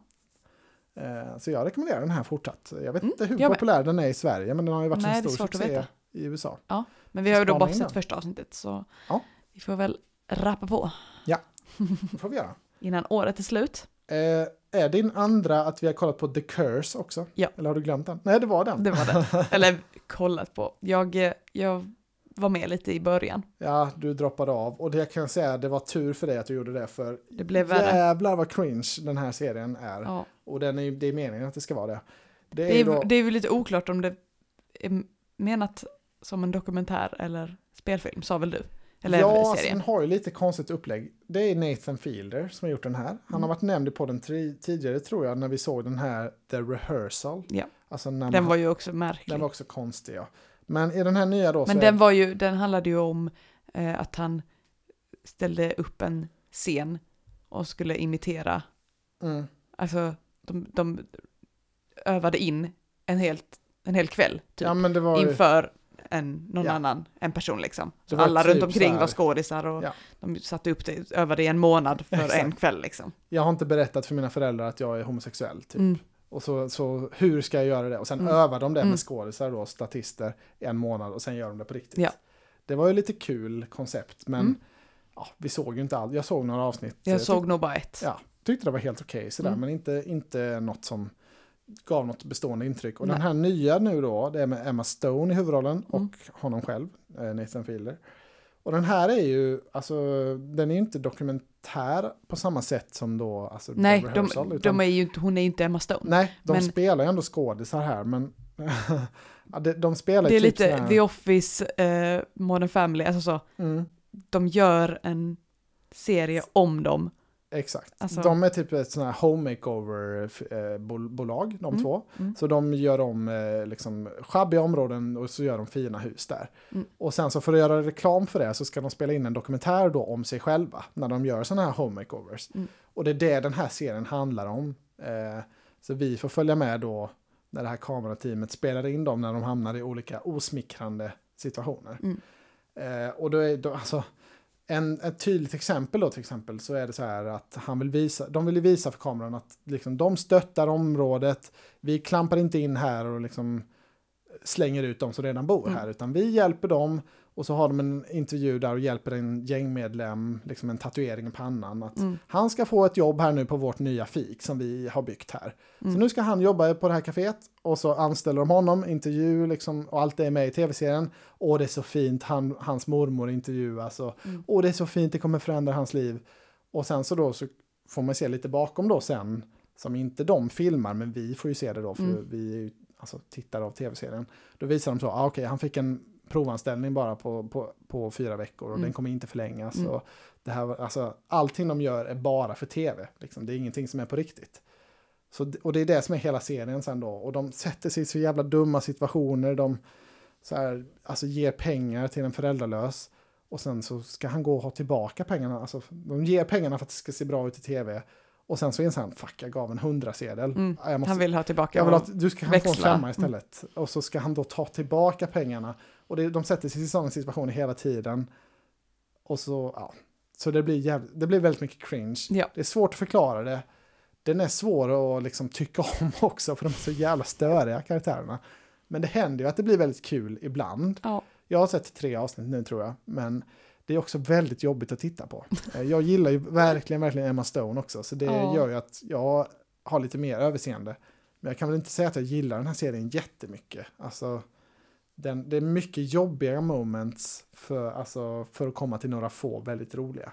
Eh, så jag rekommenderar den här fortsatt. Jag vet Mm, inte hur populär den är i Sverige, men den har ju varit Nej, en stor succé i U S A. Ja, men vi har ju då bara sett första avsnittet, så ja. vi får väl rappa på. Ja, det får vi göra. Innan året är slut. Eh, är din andra att vi har kollat på The Curse också? Ja. Eller har du glömt den? Nej, det var den. Det var den. Eller kollat på. Jag, jag var med lite i början. Ja, du droppade av. Och det kan jag säga, det var tur för dig att du gjorde det. För det blev värre. Jävlar vad cringe den här serien är. Ja. Och den är, det är meningen att det ska vara det. Det är, det är, då... det är ju lite oklart om det är menat som en dokumentär eller spelfilm, sa väl du? Eller ja, alltså, den har ju lite konstigt upplägg. Det är Nathan Fielder som har gjort den här. Han mm. har varit nämnd på den tri- tidigare tror jag när vi såg den här The Rehearsal. Ja. Alltså, när den man... var ju också märklig. Den var också konstig, ja. Men i den här nya då... Men så den är... var ju, den handlade ju om eh, att han ställde upp en scen och skulle imitera. Mm. Alltså, de, de övade in en, helt, en hel kväll typ, ja, men det var ju... inför en, någon ja. annan, en person liksom. Så alla typ runt omkring här... var skådisar och ja. de satte upp det, övade i en månad för en kväll liksom. Jag har inte berättat för mina föräldrar att jag är homosexuell typ. Mm. Och så, så hur ska jag göra det? Och sen mm. övar de det med mm. skådisar då, statister, en månad och sen gör de det på riktigt. Ja. Det var ju lite kul koncept, men mm. ja, vi såg ju inte allt. Jag såg några avsnitt. Jag, jag såg tyck- nog bara ett. Ja, tyckte det var helt okej okay, sådär, mm. men inte, inte något som gav något bestående intryck. Och Nej. Den här nya nu då, det är med Emma Stone i huvudrollen och mm. honom själv, Nathan Fielder. Och den här är ju, alltså, den är ju inte dokumentär på samma sätt som då, alltså, Nej, The Rehearsal, de, utan, de är ju inte, hon är ju inte Emma Stone. Nej, de men, spelar ju ändå skådisar här, men ja, de, de spelar det är typ lite här... The Office, eh, Modern Family, alltså så. Mm. De gör en serie om dem. Exakt. Alltså... De är typ ett sånt här home makeover-bolag, de mm. två. Mm. Så de gör om eh, liksom schabbiga områden och så gör de fina hus där. Mm. Och sen så för att göra reklam för det så ska de spela in en dokumentär då om sig själva när de gör såna här home makeovers. Mm. Och det är det den här serien handlar om. Eh, så vi får följa med då när det här kamerateamet spelar in dem när de hamnar i olika osmickrande situationer. Mm. Eh, och då är då, alltså En, ett tydligt exempel då till exempel så är det så här att han vill visa, de vill visa för kameran att liksom, de stöttar området, vi klampar inte in här och liksom slänger ut dem som redan bor här, mm. utan vi hjälper dem och så har de en intervju där och hjälper en gängmedlem, liksom en tatuering i pannan, att mm. han ska få ett jobb här nu på vårt nya fik som vi har byggt här. Mm. Så nu ska han jobba på det här kaféet och så anställer de honom, intervju liksom, och allt det är med i tv-serien. Och det är så fint, han, hans mormor intervjuas och, mm. och det är så fint, det kommer förändra hans liv. Och sen så då så får man se lite bakom då sen, som inte de filmar, men vi får ju se det då, för mm. vi är ju alltså, tittare av tv-serien. Då visar de så, ah, okej, okay, han fick en provanställning bara på, på, på fyra veckor och mm. den kommer inte förlängas. Mm. Och det här, alltså, allting de gör är bara för tv. Liksom. Det är ingenting som är på riktigt. Så, och det är det som är hela serien sen då. Och de sätter sig i så jävla dumma situationer. De så här, alltså, ger pengar till en föräldralös. Och sen så ska han gå och ha tillbaka pengarna. Alltså, de ger pengarna för att det ska se bra ut i tv. Och sen så inser han, fuck, jag gav en hundrasedel. Mm. Jag måste, han vill ha tillbaka jag vill ha, du ska han få en femma istället. Mm. Och så ska han då ta tillbaka pengarna. Och det, de sätter sig i sådana situationer hela tiden. Och så, ja. Så det blir, jävligt, det blir väldigt mycket cringe. Ja. Det är svårt att förklara det. Den är svår att liksom tycka om också, för de är så jävla störiga karaktärerna. Men det händer ju att det blir väldigt kul ibland. Ja. Jag har sett tre avsnitt nu tror jag, men det är också väldigt jobbigt att titta på. Jag gillar ju verkligen, verkligen Emma Stone också, så det ja. gör ju att jag har lite mer överseende. Men jag kan väl inte säga att jag gillar den här serien jättemycket. Alltså, den, det är mycket jobbiga moments för, alltså, för att komma till några få väldigt roliga.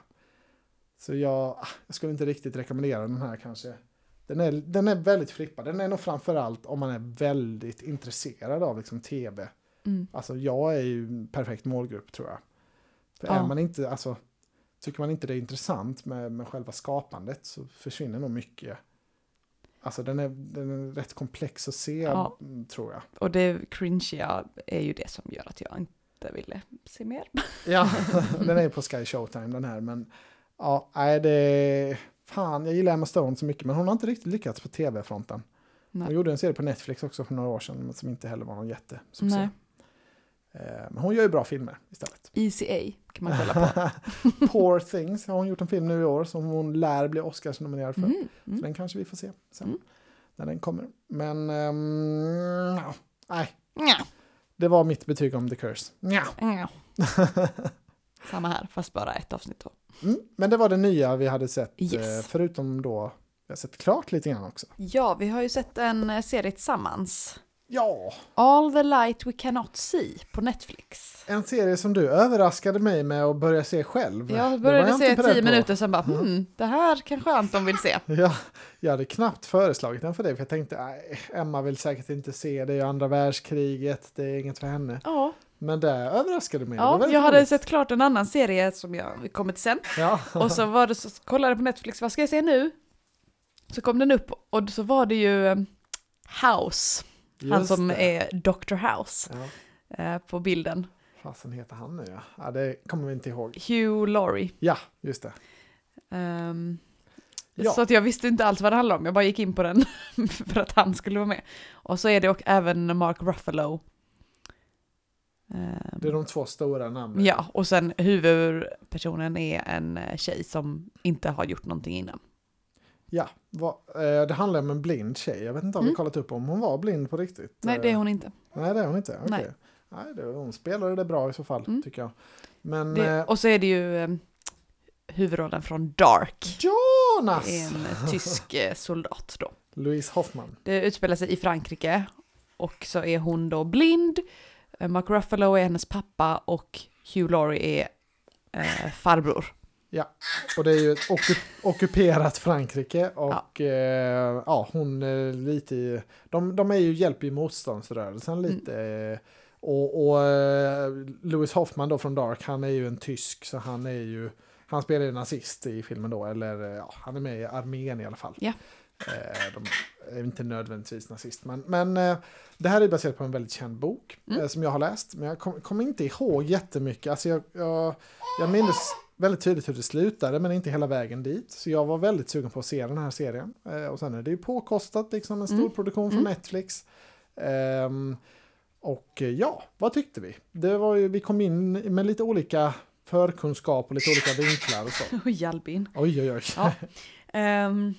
Så jag, jag skulle inte riktigt rekommendera den här kanske. Den är, den är väldigt flippad. Den är nog framförallt om man är väldigt intresserad av liksom tv. Mm. Alltså jag är ju en perfekt målgrupp tror jag. För ja. är man inte, alltså, tycker man inte det är intressant med, med själva skapandet så försvinner nog mycket. Alltså den är, den är rätt komplex att se ja. tror jag. Och det cringiga är ju det som gör att jag inte ville se mer. Ja, den är på Sky Showtime den här, men ja, nej det fan, jag gillar Emma Stone så mycket, men hon har inte riktigt lyckats på tv-fronten. Nej. Hon gjorde en serie på Netflix också för några år sedan som inte heller var någon jättesuccé. Men hon gör ju bra filmer istället. E C A kan man kolla på. Poor Things har hon gjort en film nu i år som hon lär bli Oscars-nominerad för. Mm, mm. Så den kanske vi får se sen mm. när den kommer. Men um, ja, nej. Ja. Det var mitt betyg om The Curse. Ja. Ja. Samma här, fast bara ett avsnitt då. Mm, men det var det nya vi hade sett, yes. förutom då, vi har sett klart lite grann också. Ja, vi har ju sett en serie tillsammans. Ja. All the light we cannot see på Netflix. En serie som du överraskade mig med att börja se själv. Jag började jag se tio minuter sen bara, hmm, det här kanske Anton vill se. Ja, jag hade knappt föreslagit den för dig, för jag tänkte, nej, Emma vill säkert inte se, det är ju andra världskriget, det är inget för henne. Ja. Men det överraskade mig. Ja, jag hade roligt. sett klart en annan serie som jag kommer till sen. Ja. Och så var det så kollade på Netflix, vad ska jag se nu? Så kom den upp och så var det ju um, House. Just han som det. är doktor House ja. eh, på bilden. Fasen heter han nu, ja. Ja, det kommer vi inte ihåg. Hugh Laurie. Ja, just det. Um, ja. Så att jag visste inte alls vad det handlade om. Jag bara gick in på den för att han skulle vara med. Och så är det och även Mark Ruffalo. Um, det är de två stora namnen. Ja, och sen huvudpersonen är en tjej som inte har gjort någonting innan. Ja, vad, eh, det handlar om en blind tjej. Jag vet inte om mm. vi kollat upp om hon var blind på riktigt. Nej, det är hon inte. Nej, det är hon inte. Okay. Nej. Nej, det, hon spelade det bra i så fall, mm. tycker jag. Men, det, eh, och så är det ju eh, huvudrollen från Dark. Jonas! Det är en tysk eh, soldat då. Louise Hoffman. Det utspelar sig i Frankrike. Och så är hon då blind. Mark Ruffalo är hennes pappa och Hugh Laurie är eh, farbror. Ja, och det är ju ett ockup- ockuperat Frankrike och ja, eh, ja hon är lite i, de, de är ju hjälp i motståndsrörelsen lite mm. och, och Louis Hoffman då från Dark, han är ju en tysk, så han är ju, han spelar ju nazist i filmen då, eller ja, han är med i armén i alla fall. Ja. Eh, de är inte nödvändigtvis nazist, men, men eh, det här är baserat på en väldigt känd bok mm. eh, som jag har läst, men jag kommer kom inte ihåg jättemycket, alltså jag, jag, jag minns väldigt tydligt hur det slutade, men inte hela vägen dit. Så jag var väldigt sugen på att se den här serien. Eh, och sen är det ju påkostat, liksom en stor mm. produktion från mm. Netflix. Um, och ja, vad tyckte vi? Det var ju, vi kom in med lite olika förkunskap och lite olika vinklar och så. Oj, Albin. Oj, oj, oj. Ja. Um,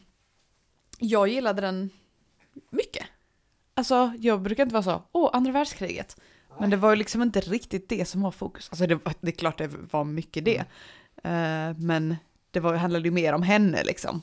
jag gillade den mycket. Alltså, jag brukar inte vara så, åh, andra världskriget. Men det var ju liksom inte riktigt det som var fokus. Alltså det, det är klart det var mycket det. Uh, men det var, handlade ju mer om henne liksom.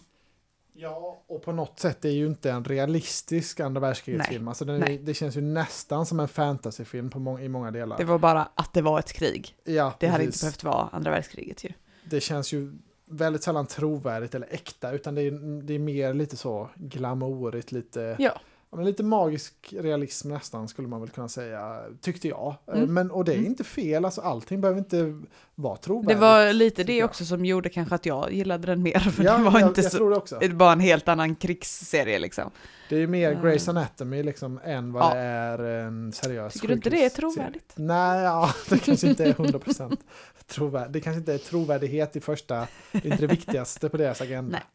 Ja, och på något sätt är ju inte en realistisk andra världskrigsfilm. Alltså den är, det känns ju nästan som en fantasyfilm på må- i många delar. Det var bara att det var ett krig. Ja, det precis. hade inte behövt vara andra världskriget ju. Det känns ju väldigt sällan trovärdigt eller äkta, utan det är, det är mer lite så glamourigt, lite... Ja. Ja, men lite magisk realism nästan, skulle man väl kunna säga, tyckte jag. Mm. Men, och det är mm. inte fel, alltså allting behöver inte vara trovärdigt. Det var lite det också som gjorde kanske att jag gillade den mer, för ja, det var jag, inte jag så, tror det också. Det var en helt annan krigsserie liksom. Det är ju mer uh. Grey's Anatomy liksom än vad ja. det är en seriös. Tycker du inte det är trovärdigt? Nej, ja, det kanske inte är hundra procent trovärdigt. Det kanske inte är trovärdighet i första, inte det viktigaste på deras agenda. Nej.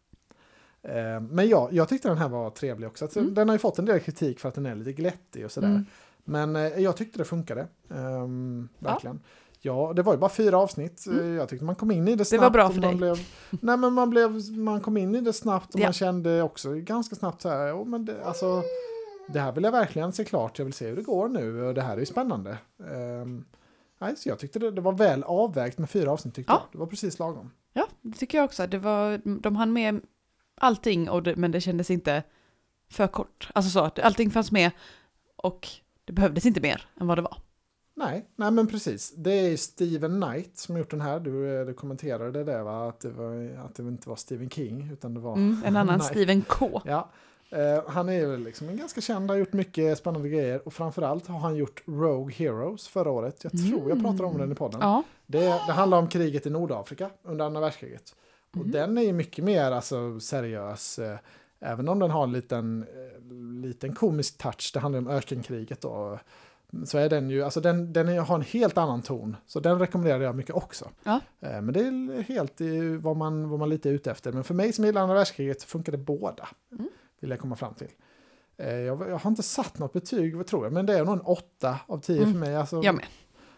Men ja, jag tyckte den här var trevlig också. Alltså, mm. Den har ju fått en del kritik för att den är lite glättig och sådär. Mm. Men eh, jag tyckte det funkade. Um, verkligen. Ja. ja, det var ju bara fyra avsnitt. Mm. Jag tyckte man kom in i det snabbt. Det var bra för man dig. Blev, nej, men man, blev, man kom in i det snabbt och ja. man kände också ganska snabbt så här, oh, men det, alltså, det här vill jag verkligen se klart. Jag vill se hur det går nu och det här är ju spännande. Um, nej, så jag tyckte det, det var väl avvägt med fyra avsnitt tyckte ja. jag. Det var precis lagom. Ja, det tycker jag också. Det var, de hann med allting, och det, men det kändes inte för kort. Alltså så att allting fanns med och det behövdes inte mer än vad det var. Nej, nej men precis. Det är Steven Knight som gjort den här. Du, du kommenterade det där, va? Att det, var, att det inte var Stephen King utan det var mm, en annan Stephen K. Ja, uh, han är ju liksom en ganska känd, har gjort mycket spännande grejer och framförallt har han gjort Rogue Heroes förra året. Jag tror mm. jag pratade om den i podden. Ja. Det, det handlar om kriget i Nordafrika under andra världskriget. Och mm. den är ju mycket mer alltså, seriös, eh, även om den har en liten, eh, liten komisk touch. Det handlar om ökenkriget då. Så är den ju, alltså den, den är, har en helt annan ton. Så den rekommenderar jag mycket också. Ja. Eh, men det är helt i vad man, vad man lite är ute efter. Men för mig som gillar andra världskriget funkar det båda. Mm. Vill jag komma fram till. Eh, jag, jag har inte satt något betyg, vad tror jag. Men det är nog en åtta av tio mm. för mig. Alltså, jag med.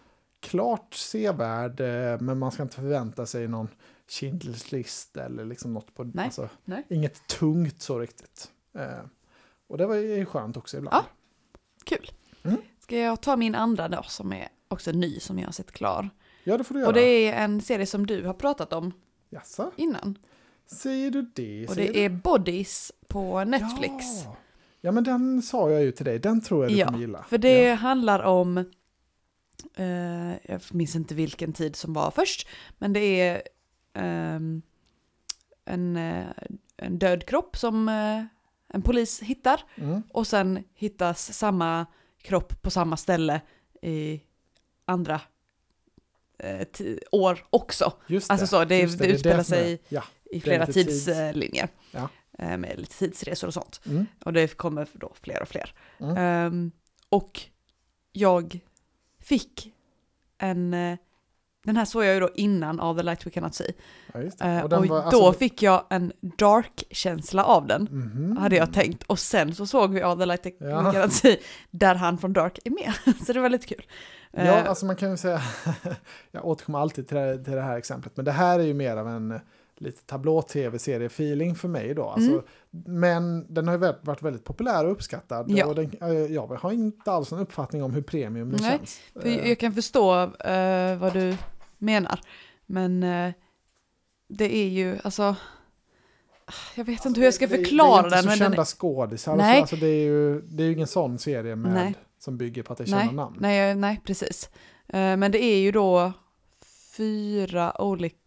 klart sevärd, men man ska inte förvänta sig någon Schindler's list eller liksom något på, Nej. Alltså, Nej. inget tungt så riktigt. Eh, och det var ju skönt också ibland. Ja, kul. Mm. Ska jag ta min andra då, som är också ny, som jag har sett klar. Ja, det får du göra. Och det är en serie som du har pratat om Jaså? innan. Säger du det? Och Säger det du? är Bodies på Netflix. Ja. ja, men den sa jag ju till dig. Den tror jag du ja, kommer gilla. För det ja. handlar om, eh, jag minns inte vilken tid som var först, men det är eh, en, en död kropp som eh, en polis hittar. Mm. Och sen hittas samma kropp på samma ställe i andra eh, t- år också. Just det. Alltså så, det, Just det, det, utspelar det sig ja, i flera lite tidslinjer. Tids. Ja. Eh, med lite tidsresor och sånt. Mm. Och det kommer då fler och fler. Mm. Um, och jag fick en... Uh, den här såg jag ju då innan All the Light We Cannot See. Ja, just Uh, och, och var, då alltså, fick jag en dark-känsla av den. mm-hmm. Hade jag tänkt. Och sen så såg vi All the Light We Ja. Cannot See. Där han från Dark är med. Så det var lite kul. Ja, Uh, alltså man kan ju säga... jag återkommer alltid till det, till det här exemplet. Men det här är ju mer av en lite tablå-tv-serie-feeling för mig då. Alltså, Mm. Men den har ju varit väldigt populär och uppskattad. Ja. Och den, jag har inte alls en uppfattning om hur premium det Nej, känns. För jag kan förstå uh, vad du menar. Men uh, det är ju, alltså... Jag vet Alltså, inte hur jag ska det, förklara den. den. Det är inte så men kända den är... skådisar. Nej. Alltså, det, är ju, det är ju ingen sån serie med, Nej. som bygger på att det är kända Nej, namn. nej, nej, precis. Uh, men det är ju då fyra olika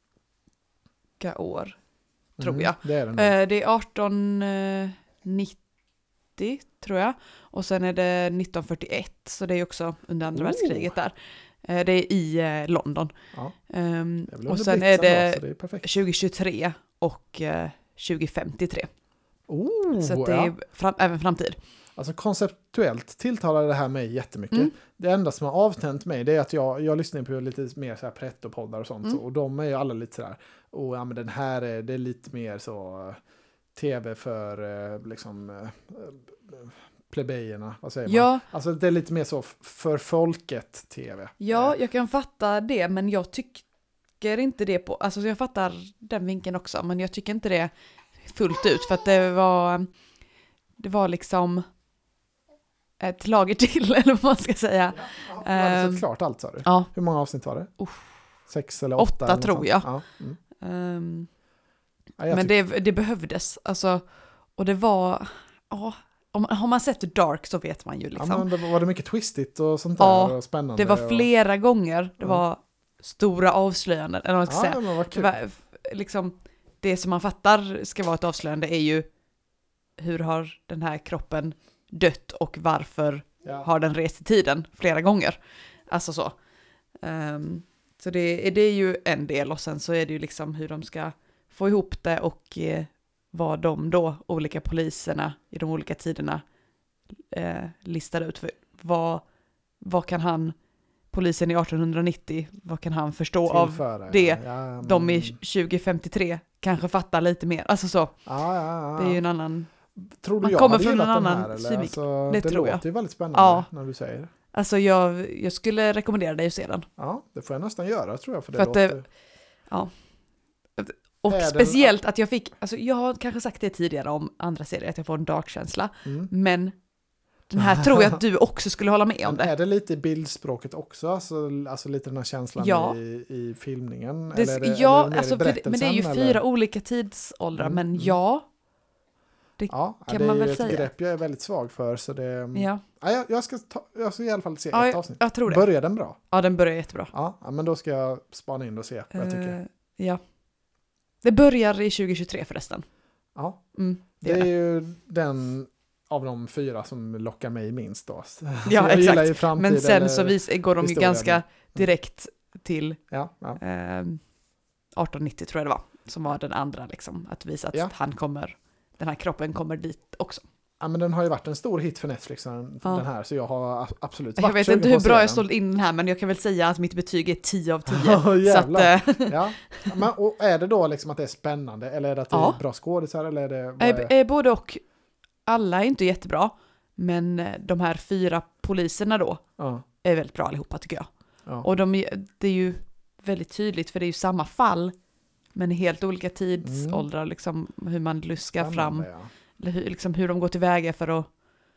år, tror jag. Det är den. Uh, det är arton nittio, tror jag. Och sen är det nitton fyrtioett, så det är också under andra Oh. världskriget där. Uh, det är i uh, London. Ja. Um, Det är väl och under sen är Blitzen det, då, så det är perfekt. tjugohundratjugotre och uh, tjugohundrafemtiotre. Oh, Så att det ja. är fram, även framtid. Alltså konceptuellt tilltalar det här mig jättemycket. Mm. Det enda som har avtänt mig, det är att jag, jag lyssnar på lite mer så här pretto-poddar och sånt. Mm. Och de är ju alla lite sådär, och ja men den här är, det är lite mer så uh, tv för uh, liksom uh, plebejerna, vad säger Ja. man? Alltså det är lite mer så f- för folket tv. Ja, Uh, jag kan fatta det, men jag tycker inte det på... Alltså jag fattar den vinkeln också, men jag tycker inte det fullt ut, för att det var... Det var liksom ett lager till, eller vad man ska säga. Ja, du hade Um, sett klart allt, sa du? Ja, Hur många avsnitt var det? Uff. Sex eller åtta? Åtta, eller något tror sånt? jag. Ja. Mm. um, Ja, jag men tycker- det, det behövdes. Alltså, och det var... Ja, om, har man sett Dark så vet man ju liksom. ja, men det var var det mycket twistigt och sånt där? Ja, och spännande? Det var flera gånger. Det Ja. var stora avslöjanden. Eller vad man ska Och, ja, säga. men vad Det, kul. var, f- liksom, det som man fattar ska vara ett avslöjande är ju hur har den här kroppen dött och varför Ja. har den rest i tiden flera gånger. Alltså så. Um, så det, det är ju en del, och sen så är det ju liksom hur de ska få ihop det och eh, vad de då, olika poliserna i de olika tiderna eh, listar ut. För vad, vad kan han, polisen i arton nittio, vad kan han förstå av Tillföra, det? Ja, ja, De i men- tjugo femtiotre kanske fattar lite mer. Alltså så, Ja, ja, ja. det är ju en annan... Tror du man jag kommer hade från gillat en den annan här, eller? synvinkel. Alltså, Det det tror låter jag. ju väldigt spännande Ja. när du säger det. Alltså jag, jag skulle rekommendera dig att se den. Ja, det får jag nästan göra tror jag. För det För att det- låter... Och Är den- speciellt att jag fick, alltså jag har kanske sagt det tidigare om andra serier, att jag får en dark-känsla. Mm. Men den här tror jag att du också skulle hålla med om Men det. är det lite i bildspråket också? Alltså, alltså lite den här känslan Ja. i, i filmningen? Det, eller är det, ja, eller mer i alltså, för det, men det är ju berättelsen, fyra eller? olika tidsåldrar, Mm, men mm. ja. Ja, kan det är man ju väl ett säga. grepp jag är väldigt svag för. Så det, Ja, ja, jag, jag, ska ta, jag ska i alla fall se ja ett jag, avsnitt. jag tror det. Börjar den bra? Ja, den börjar jättebra. Ja, ja, men då ska jag spana in och se vad jag tycker. Eh, ja. Det börjar i tjugo tjugotre förresten. Ja, Mm, det det är är det. ju den av de fyra som lockar mig minst då. Så Ja, jag exakt. gillar ju framtid Men sen eller- så vis, går de ju historia, ganska direkt till Ja, ja. eh, arton nittio tror jag det var, som var den andra liksom, att visa att Ja. han kommer, den här kroppen kommer dit också. Ja, men den har ju varit en stor hit för Netflix den, Ja. den här, så jag har a- absolut Jag varit vet sugen inte på hur att se bra jag den. sålt in den här, men jag kan väl säga att mitt betyg är tio av tio. Ja, så att, jävlar. eh, Ja. Men, och är det då liksom att det är spännande, eller är det att det Ja. är bra skådisar, eller är det... vad är, är- är både och, alla är inte jättebra, men eh, de här fyra poliserna då Ja. är väldigt bra allihopa tycker jag. Ja. Och de, det är ju väldigt tydligt, för det är ju samma fall, men i helt olika tidsåldrar, mm. liksom, hur man luskar Spännande, fram, ja. eller hur, liksom, hur de går tillväga för att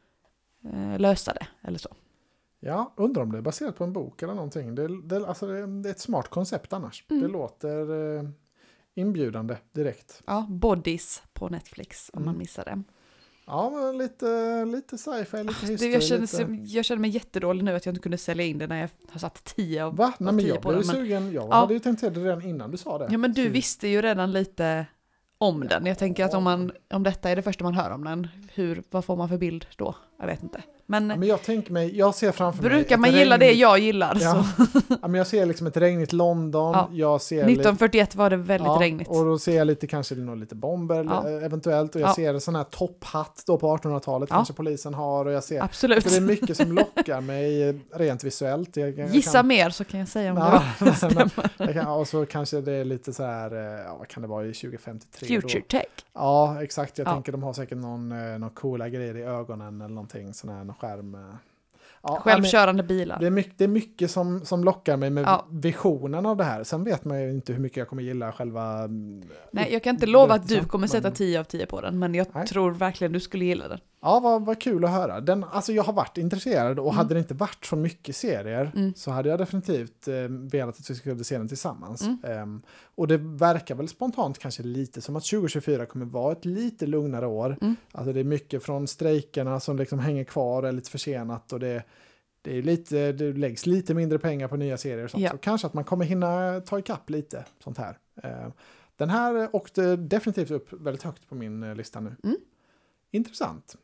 eh, lösa det, eller så. Ja, undrar om det är baserat på en bok eller någonting. Det, det, alltså det, det är ett smart koncept annars. Mm. Det låter eh, inbjudande direkt. Ja, Bodies på Netflix, om mm. man missar det. Ja, men lite, lite sci-fi, lite ah, history. Jag känner, lite... jag känner mig jättedålig nu att jag inte kunde sälja in det när jag har satt tio av, Va? Nej, av men tio jag på den. Jag blev sugen. Jag ja. hade ju tänkt se det redan innan du sa det. Ja, men du Så... visste ju redan lite om den. Jag tänker att om, man, om detta är det första man hör om den, hur, vad får man för bild då? Jag vet inte. Men, ja, men jag tänker mig, jag ser framför brukar mig... Brukar man gilla regnigt, det jag gillar ja. så. Ja, men jag ser liksom ett regnigt London. Ja. Jag ser nittonhundrafyrtioett var det väldigt ja, regnigt. Och då ser jag lite, kanske lite bomber ja. eventuellt. Och jag ja. ser en sån här topphatt då på artonhundratalet. Ja. Kanske polisen har. Och jag ser, absolut. Så det är mycket som lockar mig rent visuellt. Jag, jag Gissa kan, mer så kan jag säga om ja, det stämmer. Jag kan, och så kanske det är lite så här, ja, vad kan det vara i tjugo femtiotre? Future då? tech. Ja, exakt. Jag ja. tänker de har säkert någon, någon coola grejer i ögonen eller någonting. Sån här, någon skärm... Ja, självkörande bilar. Det är mycket, det är mycket som, som lockar mig med ja. visionen av det här. Sen vet man ju inte hur mycket jag kommer gilla själva... Nej, jag kan inte lova att du kommer sätta tio av tio på den, men jag nej. tror verkligen du skulle gilla den. Ja, vad, vad kul att höra. Den, alltså jag har varit intresserad och mm. hade det inte varit så mycket serier mm. så hade jag definitivt eh, velat att vi skulle se den tillsammans. Mm. Um, och det verkar väl spontant kanske lite som att tjugo tjugofyra kommer vara ett lite lugnare år. Mm. Alltså det är mycket från strejkerna som liksom hänger kvar och är lite försenat och det, det, är lite, det läggs lite mindre pengar på nya serier och sånt. Ja. Så kanske att man kommer hinna ta ikapp lite sånt här. Uh, den här åkte definitivt upp väldigt högt på min uh, lista nu. Mm. Intressant.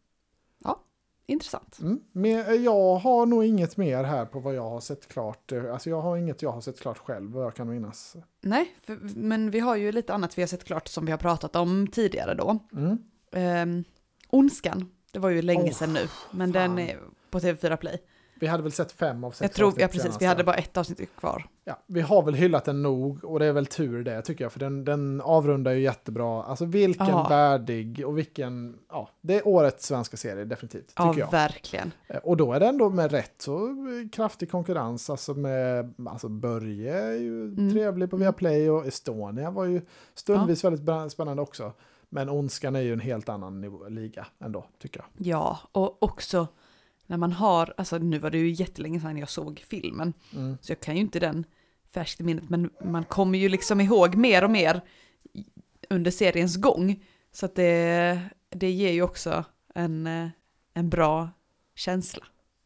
Ja, intressant. Mm. Men jag har nog inget mer här på vad jag har sett klart. Alltså jag har inget jag har sett klart själv, vad jag kan minnas. Nej, för, men vi har ju lite annat vi har sett klart som vi har pratat om tidigare då. Mm. Um, Ondskan, det var ju länge oh, sedan nu, men fan. Den är på T V fyra Play. Vi hade väl sett fem av sex jag tror, avsnitt. Ja, precis. Senast. Vi hade bara ett avsnitt kvar. Ja, vi har väl hyllat den nog och det är väl tur det tycker jag. För den, den avrundar ju jättebra. Alltså vilken Aha. värdig och vilken... Ja, det är årets svenska serie definitivt, tycker ja, jag. Ja, verkligen. Och då är det ändå med rätt så kraftig konkurrens. Alltså med... Alltså Börje är ju mm. trevlig på Viaplay och Estonia var ju stundvis ja. väldigt spännande också. Men Ondskan är ju en helt annan nivå, liga ändå, tycker jag. Ja, och också... När man har, alltså nu var det ju jättelänge sedan jag såg filmen. Mm. Så jag kan ju inte den färskt i minnet. Men man kommer ju liksom ihåg mer och mer under seriens gång. Så att det, det ger ju också en, en bra känsla.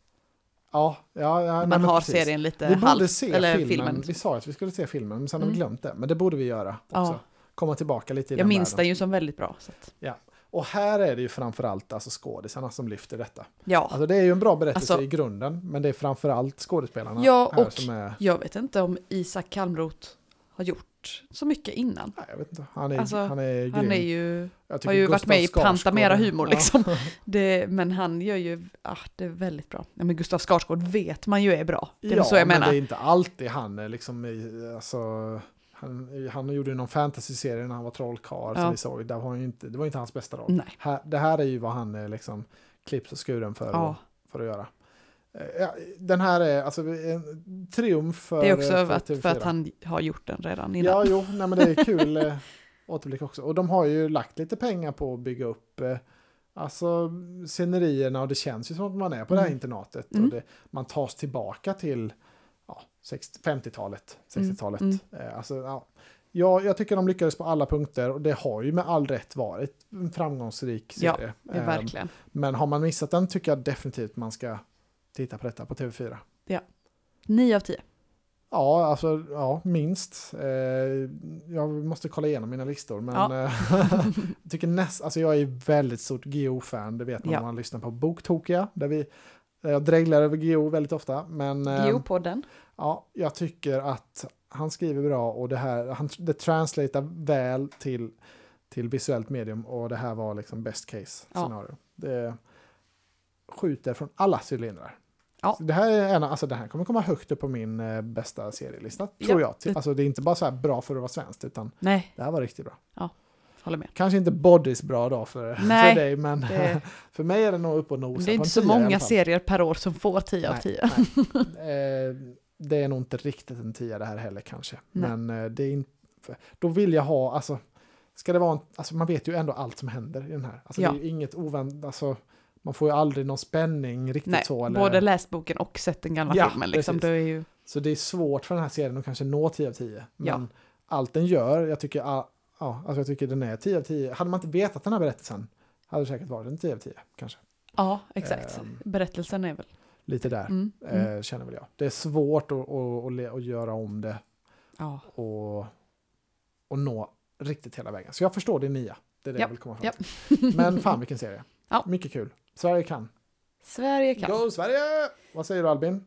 Ja, ja, ja. När man har precis. serien lite vi halvt. Borde se eller filmen. filmen. Vi sa att vi skulle se filmen, men sen har mm. vi glömt det. Men det borde vi göra också. Ja. Komma tillbaka lite i jag den minns världen. den ju som väldigt bra. Så att. Ja. Och här är det ju framförallt alltså skådisarna som lyfter detta. Ja. Alltså det är ju en bra berättelse alltså, i grunden, men det är framförallt skådespelarna. Ja, här och som är... jag vet inte om Isak Kalmroth har gjort så mycket innan. Nej, jag vet inte. Han är, alltså, han är grym. Han är ju, har ju Gustav varit med i Pantamera humor liksom. Ja. det, men han gör ju, ah, det är väldigt bra. Ja, men Gustav Skarsgård vet man ju är bra. Det är ja, så jag men menar. det är inte alltid han är liksom i, alltså... Han, han gjorde ju någon fantasy-serie när han var trollkarl ja. som vi såg. Det var ju inte, det var inte hans bästa roll. Här, det här är ju vad han är liksom klippt och skuren för, ja. att, för att göra. Ja, den här är alltså en triumf för det är också för, att, för att han har gjort den redan innan. Ja, jo, nej, men det är kul eh, återblick också. Och de har ju lagt lite pengar på att bygga upp eh, alltså scenerierna och det känns ju som att man är på mm. det här internatet. Mm. Och det, man tas tillbaka till ja, femtiotalet, sextiotalet. Mm. Mm. Alltså, ja. Ja, jag tycker de lyckades på alla punkter och det har ju med all rätt varit en framgångsrik serie. Ja, det verkligen. Men har man missat den tycker jag definitivt man ska titta på detta på T V fyra. Ja, nio av tio. Ja, alltså ja, minst. Eh, jag måste kolla igenom mina listor, men ja. jag tycker näst, alltså jag är väldigt stort G O-fan, det vet man ja. om man lyssnar på Boktokiga, där vi jag dreglar över G O väldigt ofta, men G O-podden. Ja, jag tycker att han skriver bra och det här han det translatear väl till till visuellt medium och det här var liksom best case scenario. Ja. Det skjuter från alla cylindrar. Ja. Det här är en, alltså det här kommer komma högt upp på min eh, bästa serielista, tror ja, jag. Det... Alltså det är inte bara så här bra för att vara svenskt, utan Nej. det här var riktigt bra. Ja, håller med. Kanske inte Bodies bra då för, för dig, men det... för mig är det nog upp och nosa. Det är inte så många serier per år som får tio av tio. eh, det är nog inte riktigt en tia det här heller kanske. Nej. Men eh, det är inte, då vill jag ha, alltså, ska det vara en, alltså man vet ju ändå allt som händer i den här. Alltså ja. det är ju inget oväntat, alltså man får ju aldrig någon spänning riktigt. Nej, så. Eller... både läst boken och sett den gamla ja, filmen. Liksom. Det är ju... Så det är svårt för den här serien att kanske nå tio av tio. Men ja. allt den gör, jag tycker, ja, alltså jag tycker den är tio av tio. Hade man inte vetat den här berättelsen hade det säkert varit en tio av tio kanske. Ja, exakt. Um, Berättelsen är väl... Lite där, mm, mm. Eh, känner väl jag. Det är svårt att, att, att, att göra om det ja. och, och nå riktigt hela vägen. Så jag förstår det nia. Det är det ja. jag vill komma fram ja. till. Men fan vilken serie. Ja. Mycket kul. Sverige kan. Sverige kan. Go Sverige! Vad säger du Albin?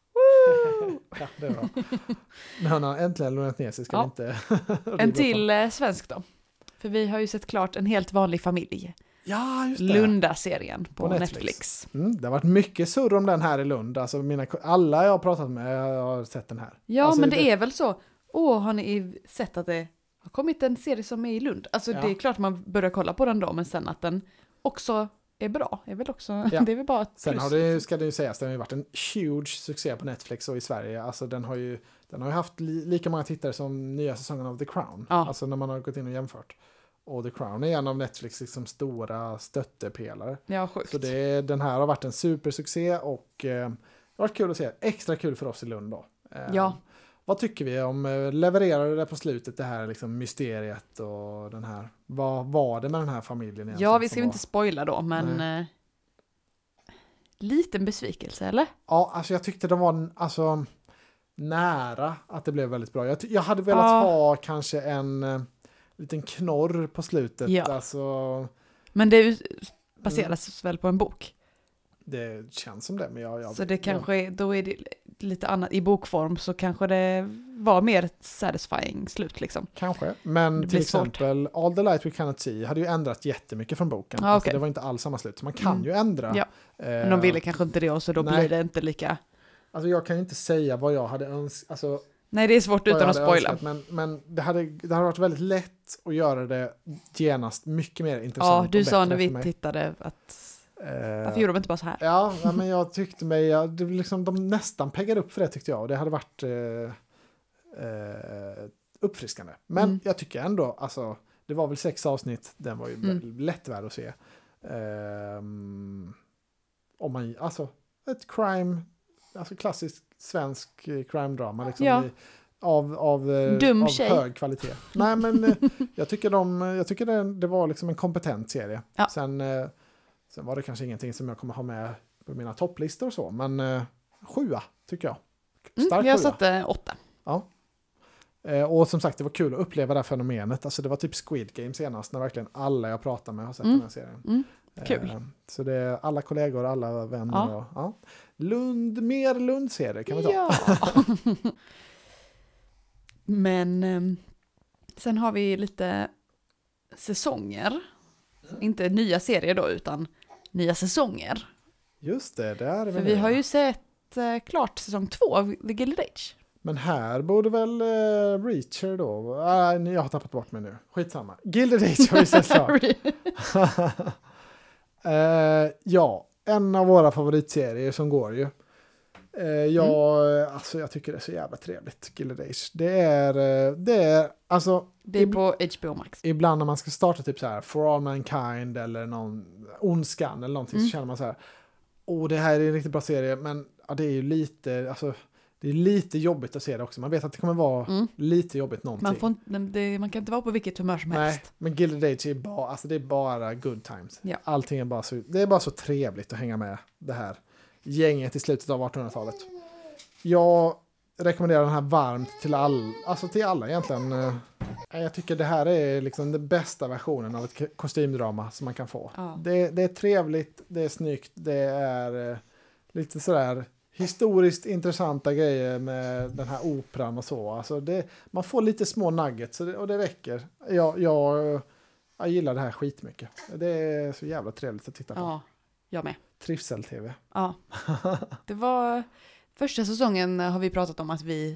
ja, det är bra. Men han har äntligen lugnat ner sig. Ska ja. inte en till eh, svensk då. För vi har ju sett klart En helt vanlig familj. Ja, just det. Lunda-serien på, på Netflix. Netflix. Mm, det har varit mycket surr om den här i Lund. Alltså mina, alla jag har pratat med har sett den här. Ja, alltså, men det, det är väl så. Åh, har ni sett att det har kommit en serie som är i Lund? Alltså ja. Det är klart man börjar kolla på den då, men sen att den också är bra. Är väl också, ja. Det är väl bara ett sen plus. Har det, ska det ju sägas, den har ju varit en huge succé på Netflix och i Sverige. Alltså den har ju, den har ju haft li, lika många tittare som nya säsongen av The Crown. Ja. Alltså när man har gått in och jämfört. Och The Crown är en av Netflix liksom stora stöttepelare. Ja, sjukt. Så det, den här har varit en supersuccé och eh, det har varit kul att se. Extra kul för oss i Lund då. Eh, ja. Vad tycker vi om, eh, levererade det på slutet det här liksom mysteriet och den här, vad var det med den här familjen egentligen? Ja, vi ska var... inte spoila då, men eh, liten besvikelse, eller? Ja, alltså jag tyckte de var alltså, nära att det blev väldigt bra. Jag, jag hade velat ja. ha kanske en eh, liten knorr på slutet. Ja. Alltså, men det baseras mm. väl på en bok? Det känns som det. Men jag, jag, så det kanske, jag... då är det lite annat i bokform, så kanske det var mer ett satisfying slut liksom. Kanske, men till exempel svårt. All the light we cannot see hade ju ändrat jättemycket från boken. Ah, alltså, okay. Det var inte alls samma slut, så man kan mm. ju ändra. Ja. Eh, men de ville kanske inte det, och så då nej. Blir det inte lika... Alltså jag kan ju inte säga vad jag hade önskat. Alltså, nej, det är svårt utan att spoila. Önskat, men men det, hade, det hade varit väldigt lätt att göra det genast mycket mer intressant. Ja, du sa när vi tittade att varför gjorde de inte bara så här? Ja, ja men jag tyckte mig, ja, det liksom, de nästan peggade upp för det tyckte jag. Och det hade varit eh, eh, uppfriskande. Men mm. jag tycker ändå, alltså, det var väl sex avsnitt, den var ju mm. lätt värd att se. Eh, om man, alltså, ett crime, alltså klassisk svensk crime-drama. Liksom, ja. i, av, av, Dum av tjej. hög kvalitet. Nej, men jag tycker, de, jag tycker det, det var liksom en kompetent serie. Ja. Sen... Eh, Sen var det kanske ingenting som jag kommer ha med på mina topplistor och så. Men eh, sjua tycker jag. Stark mm, jag satte åtta. Ja. Eh, och som sagt, det var kul att uppleva det här fenomenet. Alltså det var typ Squid Game senast. När verkligen alla jag pratar med har sett mm. den här serien. Mm. Kul. Eh, så det är alla kollegor, alla vänner. Ja. Och, ja. Lund, mer Lund-serie kan vi ta. Ja. Men eh, sen har vi lite säsonger. Inte nya serier då, utan nya säsonger. Just det, det är det. För vi har ju sett eh, klart säsong två av The Gilded Age. Men här borde väl eh, Reacher då? Ah, jag har tappat bort mig nu. Skitsamma. Gilded Age har vi sett klart. eh, ja, en av våra favoritserier som går ju. Eh, jag, mm. alltså, jag tycker det är så jävla trevligt, Gilded Age. Det är, det är alltså... Det är på H B O Max. Ibland när man ska starta typ så här For All Mankind eller någon Ondskan eller någonting mm. så känner man så här, åh, det här är en riktigt bra serie, men ja, det är ju lite, alltså det är lite jobbigt att se det också. Man vet att det kommer vara mm. lite jobbigt någonting. Man, får, det, man kan inte vara på vilket humör som Nej, helst. Men Gilded Age är bara, alltså det är bara good times. Ja. Allting är bara så, det är bara så trevligt att hänga med det här gänget i slutet av artonhundratalet. Jag rekommenderar den här varmt till alla, alltså till alla egentligen. Jag tycker det här är liksom den bästa versionen av ett kostymdrama som man kan få. Ja. Det, det är trevligt, det är snyggt, det är eh, lite sådär historiskt intressanta grejer med den här operan och så. Alltså det, man får lite små nuggets och det, och det räcker. Jag, jag, jag gillar det här skitmycket. Det är så jävla trevligt att titta på. Ja, jag med. Trivsel-tv. Ja, det var... Första säsongen har vi pratat om att vi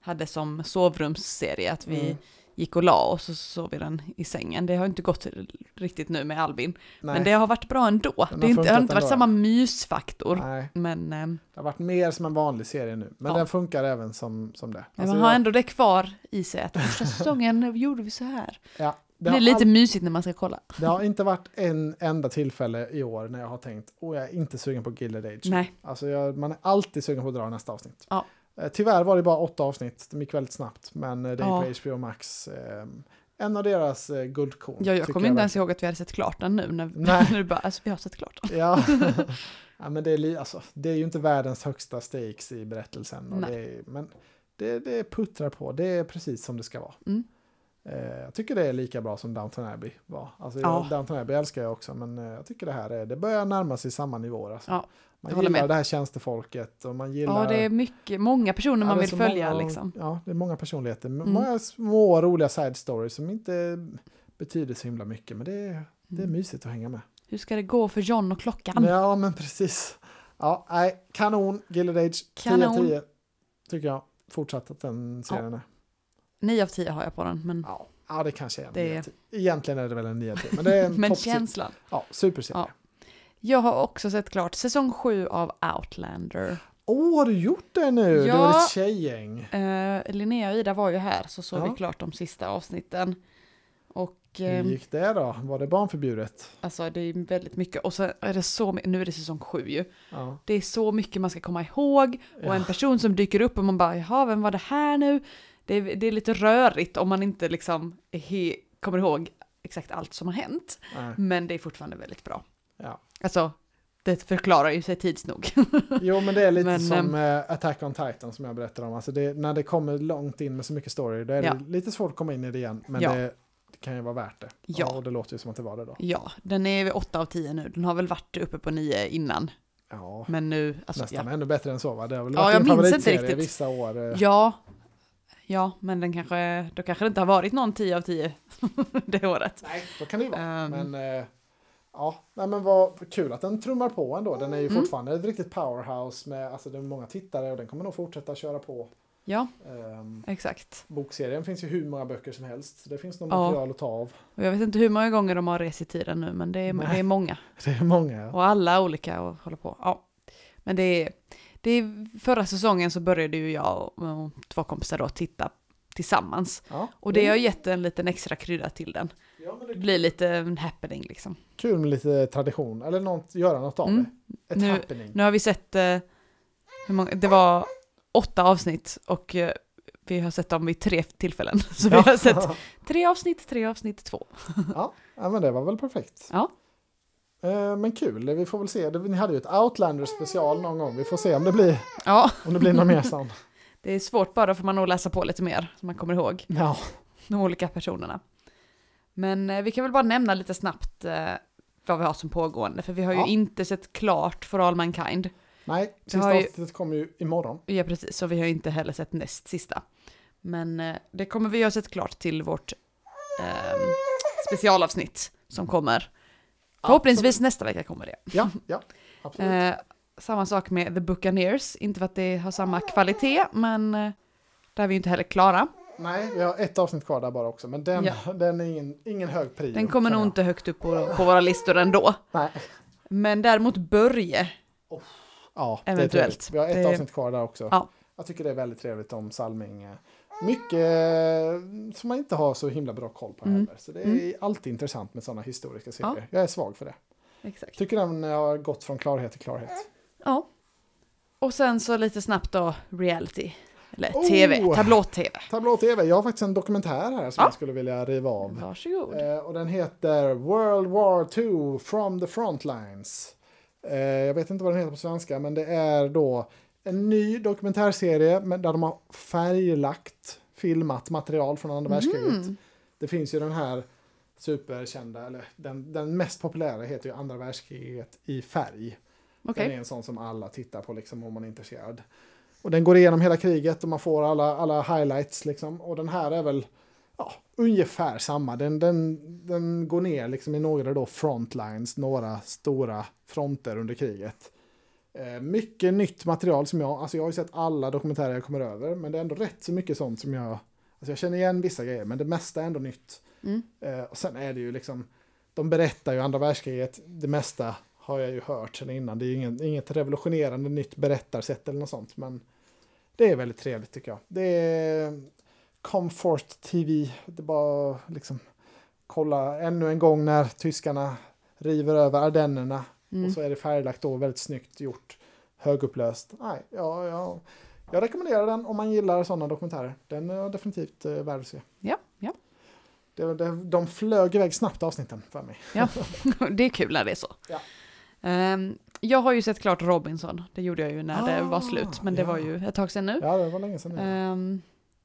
hade som sovrumsserie att vi mm. gick och la oss och så sov vi den i sängen. Det har inte gått riktigt nu med Albin. Nej. Men det har varit bra ändå. Den det har inte, har inte varit samma mysfaktor. Nej. Men, eh, det har varit mer som en vanlig serie nu. Men ja. Den funkar även som, som det. Alltså, man har jag... ändå det kvar i sig att första säsongen gjorde vi så här. Ja. Det, det är lite all... mysigt när man ska kolla. Det har inte varit en enda tillfälle i år när jag har tänkt åh, jag är inte sugen på Gilded Age. Nej. Alltså jag, man är alltid sugen på att dra nästa avsnitt. Ja. Tyvärr var det bara åtta avsnitt. De gick väldigt snabbt. Men det är ja. på H B O Max. Eh, en av deras eh, guldkorn. Ja, jag kommer inte ens ihåg att vi hade sett klart den nu. När, när du bara, alltså vi har sett klart den. Ja. Ja, men det är, li- alltså, det är ju inte världens högsta stakes i berättelsen. Och det är, men det, det puttrar på. Det är precis som det ska vara. Mm. Eh, jag tycker det är lika bra som Downton Abbey var. Alltså, ja. jag, Downton Abbey älskar jag också. Men eh, jag tycker det här är, det börjar närma sig samma nivåer. Alltså. Ja. Man gillar med. Det här tjänstefolket och man gillar... Ja, det är mycket, många personer man ja, vill följa många, liksom. Ja, det är många personligheter. Mm. Många små roliga side stories som inte betyder så himla mycket. Men det är, det är mysigt att hänga med. Hur ska det gå för John och klockan? Ja, men precis. Ja, nej, kanon. Gilded Age. tio av tio tycker jag. Fortsatt att den serien ja. är. nio av tio har jag på den. Men... Ja, ja, det kanske är en det... nio av tio. Egentligen är det väl en nio av tio. Men, det är en men känslan. Ja, superserie. Ja. Jag har också sett klart säsong sju av Outlander. Åh, oh, har du gjort det nu? Ja, det var ett tjejgäng. Eh, Linnea och Ida var ju här så såg ja. vi klart de sista avsnitten. Och, eh, hur gick det då? Var det barnförbjudet? Alltså det är väldigt mycket. Och så är det så, nu är det säsong sju ju. Ja. Det är så mycket man ska komma ihåg. Och ja. en person som dyker upp och man bara, jaha, vem var det här nu? Det är, det är lite rörigt om man inte liksom he, kommer ihåg exakt allt som har hänt. Nej. Men det är fortfarande väldigt bra. Ja. Alltså, det förklarar ju sig tids nog. Jo, men det är lite men, som äh, Attack on Titan som jag berättade om. Alltså det, när det kommer långt in med så mycket story, då är ja. det lite svårt att komma in i det igen. Men ja. det, det kan ju vara värt det. Ja. Och det låter ju som att det var det då. Ja, den är åtta av tio nu. Den har väl varit uppe på nio innan. Ja, men nu, alltså, nästan ja. ännu bättre än så, va? Det har väl ja, varit jag en minns inte riktigt. Vissa år. Eh. Ja, ja, men den kanske, då kanske det inte har varit någon tio av tio det året. Nej, då kan det ju vara. Um, men eh, ja, nej, men vad kul att den trummar på ändå. Den är ju mm. fortfarande ett riktigt powerhouse med, alltså det är många tittare och den kommer nog fortsätta köra på. Ja, um, exakt. Bokserien finns ju hur många böcker som helst. Så det finns nog material ja. att ta av. Och jag vet inte hur många gånger de har rest i tiden nu, men det är, det är många. Det är många, ja. Och alla olika och håller på. Ja. Men det är, det är, förra säsongen så började ju jag och två kompisar då titta tillsammans. Ja, och det har gett en liten extra krydda till den. Ja, men det, det blir lite en happening liksom. Kul med lite tradition, eller något, göra något av mm. det. Ett nu, happening. Nu har vi sett, eh, hur många, det var åtta avsnitt och eh, vi har sett dem vid tre tillfällen. Så vi har sett tre avsnitt, tre avsnitt, två. ja, men det var väl perfekt. Ja. Eh, men kul, vi får väl se. Ni hade ju ett Outlander special någon gång. Vi får se om det blir, ja. om det blir någon mer sån. Det är svårt bara för man nog läsa på lite mer så man kommer ihåg ja. de olika personerna. Men eh, vi kan väl bara nämna lite snabbt eh, vad vi har som pågående. För vi har ja. ju inte sett klart For All Mankind. Nej, sista avsnittet ju... kommer ju imorgon. Ja, precis. Så vi har inte heller sett näst sista. Men eh, det kommer vi ha sett klart till vårt eh, specialavsnitt som kommer. Förhoppningsvis absolut. Nästa vecka kommer det. Ja, ja, absolut. Eh, samma sak med The Buccaneers. Inte för att det har samma kvalitet, men eh, där är vi inte heller klara. Nej, vi har ett avsnitt kvar där bara också. Men den, ja. den är ingen, ingen hög prio. Den kommer nog inte högt upp på, på våra listor ändå. Nej. Men däremot Börje. Oh. Ja, eventuellt. Vi har ett det... avsnitt kvar där också. Ja. Jag tycker det är väldigt trevligt om Salming. Mycket som man inte har så himla bra koll på mm. heller. Så det är mm. alltid intressant med sådana historiska serier. Ja. Jag är svag för det. Exakt. Tycker den har gått från klarhet till klarhet. Ja. Och sen så lite snabbt då reality. Eller oh, tv, tablå-tv. Tablå-tv. Jag har faktiskt en dokumentär här som ja. jag skulle vilja riva av. Varsågod. Eh, och den heter World War Two from the Frontlines. Eh, jag vet inte vad den heter på svenska, men det är då en ny dokumentärserie där de har färglagt, filmat material från andra mm. världskriget. Det finns ju den här superkända, eller den, den mest populära heter ju andra världskriget i färg. Okay. Den är en sån som alla tittar på liksom, om man är intresserad. Och den går igenom hela kriget och man får alla, alla highlights liksom. Och den här är väl ja, ungefär samma. Den, den, den går ner liksom i några då frontlines, några stora fronter under kriget. Eh, mycket nytt material som jag, alltså jag har ju sett alla dokumentärer jag kommer över, men det är ändå rätt så mycket sånt som jag, alltså jag känner igen vissa grejer, men det mesta är ändå nytt. Mm. Eh, och sen är det ju liksom, de berättar ju andra världskriget, det mesta har jag ju hört sedan innan, det är ju ingen, inget revolutionerande nytt berättarsätt eller något sånt, men det är väldigt trevligt tycker jag. Det är comfort T V, det är bara liksom kolla ännu en gång när tyskarna river över Ardennerna. Mm. Och så är det färglagt då, väldigt snyggt gjort, högupplöst. Nej, ja, ja, jag rekommenderar den om man gillar sådana dokumentärer. Den är definitivt eh, värd att se. Ja, ja. Det, det, de flög iväg snabbt avsnitten för mig. Ja, det är kul när det är så. Ja. Um, jag har ju sett klart Robinson. Det gjorde jag ju när ah, det var slut. Men det ja. var ju ett tag sedan nu. Ja, det var länge sedan. Ja. Um,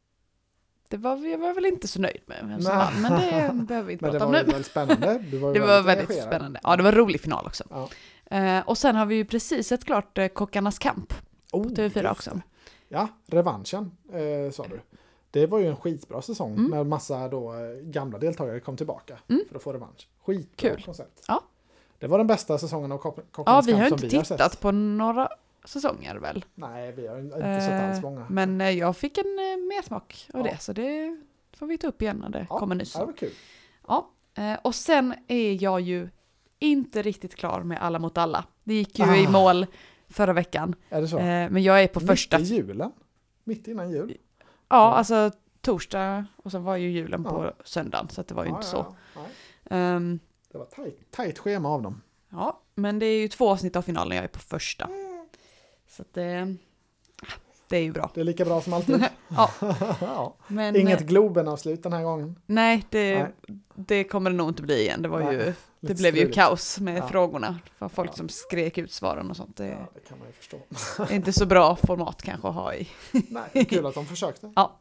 Det var, jag var väl inte så nöjd med vem som vann, men det behöver vi inte prata om nu. Men det var väldigt spännande. Du var ju det väldigt var väldigt spännande. Ja, det var en rolig final också. Ja. Uh, och sen har vi ju precis sett klart uh, Kockarnas kamp oh, på T V fyra också. Ja, revanschen uh, sa du. Det var ju en skitbra säsong mm. med massa då, uh, gamla deltagare kom tillbaka mm. för att få revansch. Skitbra Kul. koncept. Ja. Det var den bästa säsäsongen av Kockarnas kamp ja, vi som vi har sett. Ja, vi har inte tittat på några säsonger väl? Nej, vi har inte uh, sett alls många. Men uh, jag fick en uh, mersmak av ja. det, så det får vi ta upp igen när det ja, kommer nyss. Ja, det var kul. Ja, och sen är jag ju inte riktigt klar med Alla mot alla. Det gick ju ah. i mål förra veckan. Är det så? Men jag är på Mitt första... Mitt i julen? Mitt innan jul? Ja, ja, alltså torsdag och sen var ju julen ja. på söndagen, så att det var ju ja, inte ja, så. Um, det var tajt, tajt schema av dem. Ja, men det är ju två avsnitt av finalen, jag är på första. Mm. Så att det... Det är ju bra. Det är lika bra som alltid. ja. ja. Men, Inget Globen-avslut den här gången. Nej det, nej, det kommer det nog inte bli igen. Det, var nej, ju, det blev struligt. ju kaos med ja. frågorna. För folk ja. som skrek ut svaren och sånt. Det, ja, det kan man ju förstå. är inte så bra format kanske att ha i. Nej, det är kul att de försökte. Ja.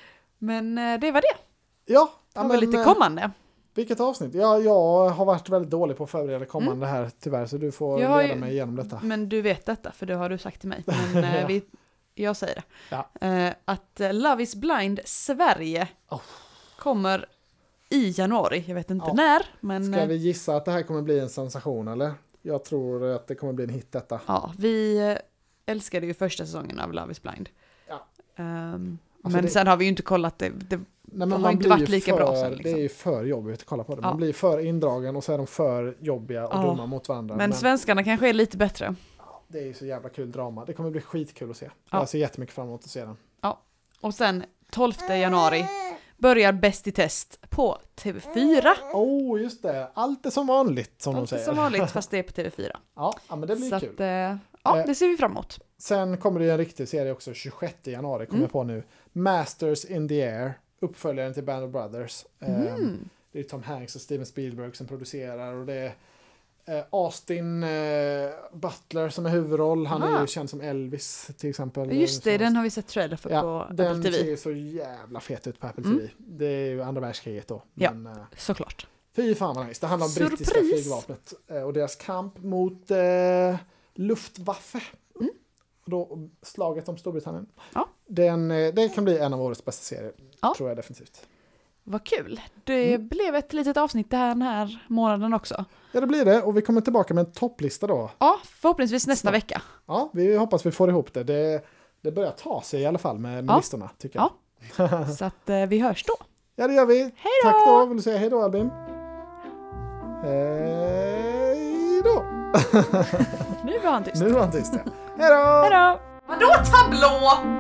Men det var det. Ja. Det var men, lite kommande. Vilket avsnitt? Ja, jag har varit väldigt dålig på att förbereda kommande mm. här tyvärr. Så du får jag leda mig igenom detta. Men du vet detta, för det har du sagt till mig. Men ja. vi... Jag säger det. Ja. Uh, att Love is blind Sverige oh. kommer i januari. Jag vet inte ja. när. Men... Ska vi gissa att det här kommer bli en sensation eller? Jag tror att det kommer bli en hit detta. Ja, vi älskade ju första säsongen av Love is blind. Ja. Um, alltså men det... sen har vi ju inte kollat det. Det Nej, men har inte varit lika för, bra sen. Liksom. Det är ju för jobbigt att kolla på det. Man ja. blir för indragen och så är de för jobbiga och ja. dumma mot varandra. Men, men svenskarna kanske är lite bättre. Det är ju så jävla kul drama. Det kommer bli skitkul att se. Ja. Jag ser jättemycket fram emot att se den. Ja. Och sen tolfte januari börjar Bäst i test på T V fyra. Åh, oh, just det. Allt är som vanligt som Allt de säger. Allt är som vanligt fast det är på T V fyra. Ja, ja men det blir så kul. Att, eh, ja, det ser vi fram emot. Sen kommer det en riktig serie också tjugosjätte januari kommer mm. jag på nu. Masters in the Air. Uppföljaren till Band of Brothers. Mm. Um, det är Tom Hanks och Steven Spielberg som producerar och det är Uh, Austin uh, Butler som är huvudroll. Han ah. är ju känd som Elvis till exempel. Just det, den har vi sett trailer för ja, på Apple den T V. Den ser så jävla fet ut på Apple mm. T V. Det är ju andra världskriget då. Ja, men, uh, såklart. Fy fan vad nice. Det handlar om Surprise. brittiska flygvapnet uh, och deras kamp mot uh, Luftwaffe. Mm. Då, slaget om Storbritannien. Ja. Den, uh, det kan bli en av årets bästa serier. Ja. Tror jag definitivt. Vad kul. Det mm. blev ett litet avsnitt den här månaden också. Ja, det blir det. Och vi kommer tillbaka med en topplista då. Ja, förhoppningsvis nästa Snart. vecka. Ja, vi hoppas vi får ihop det. Det, det börjar ta sig i alla fall med, med ja. listorna, tycker jag. Ja, så att eh, vi hörs då. Ja, det gör vi. Hej då! Tack då. Vill du säga hej då, Albin? Hej då! Nu var han tyst. Nu var han tyst, ja. Hej då! Hej då! Vadå tablå?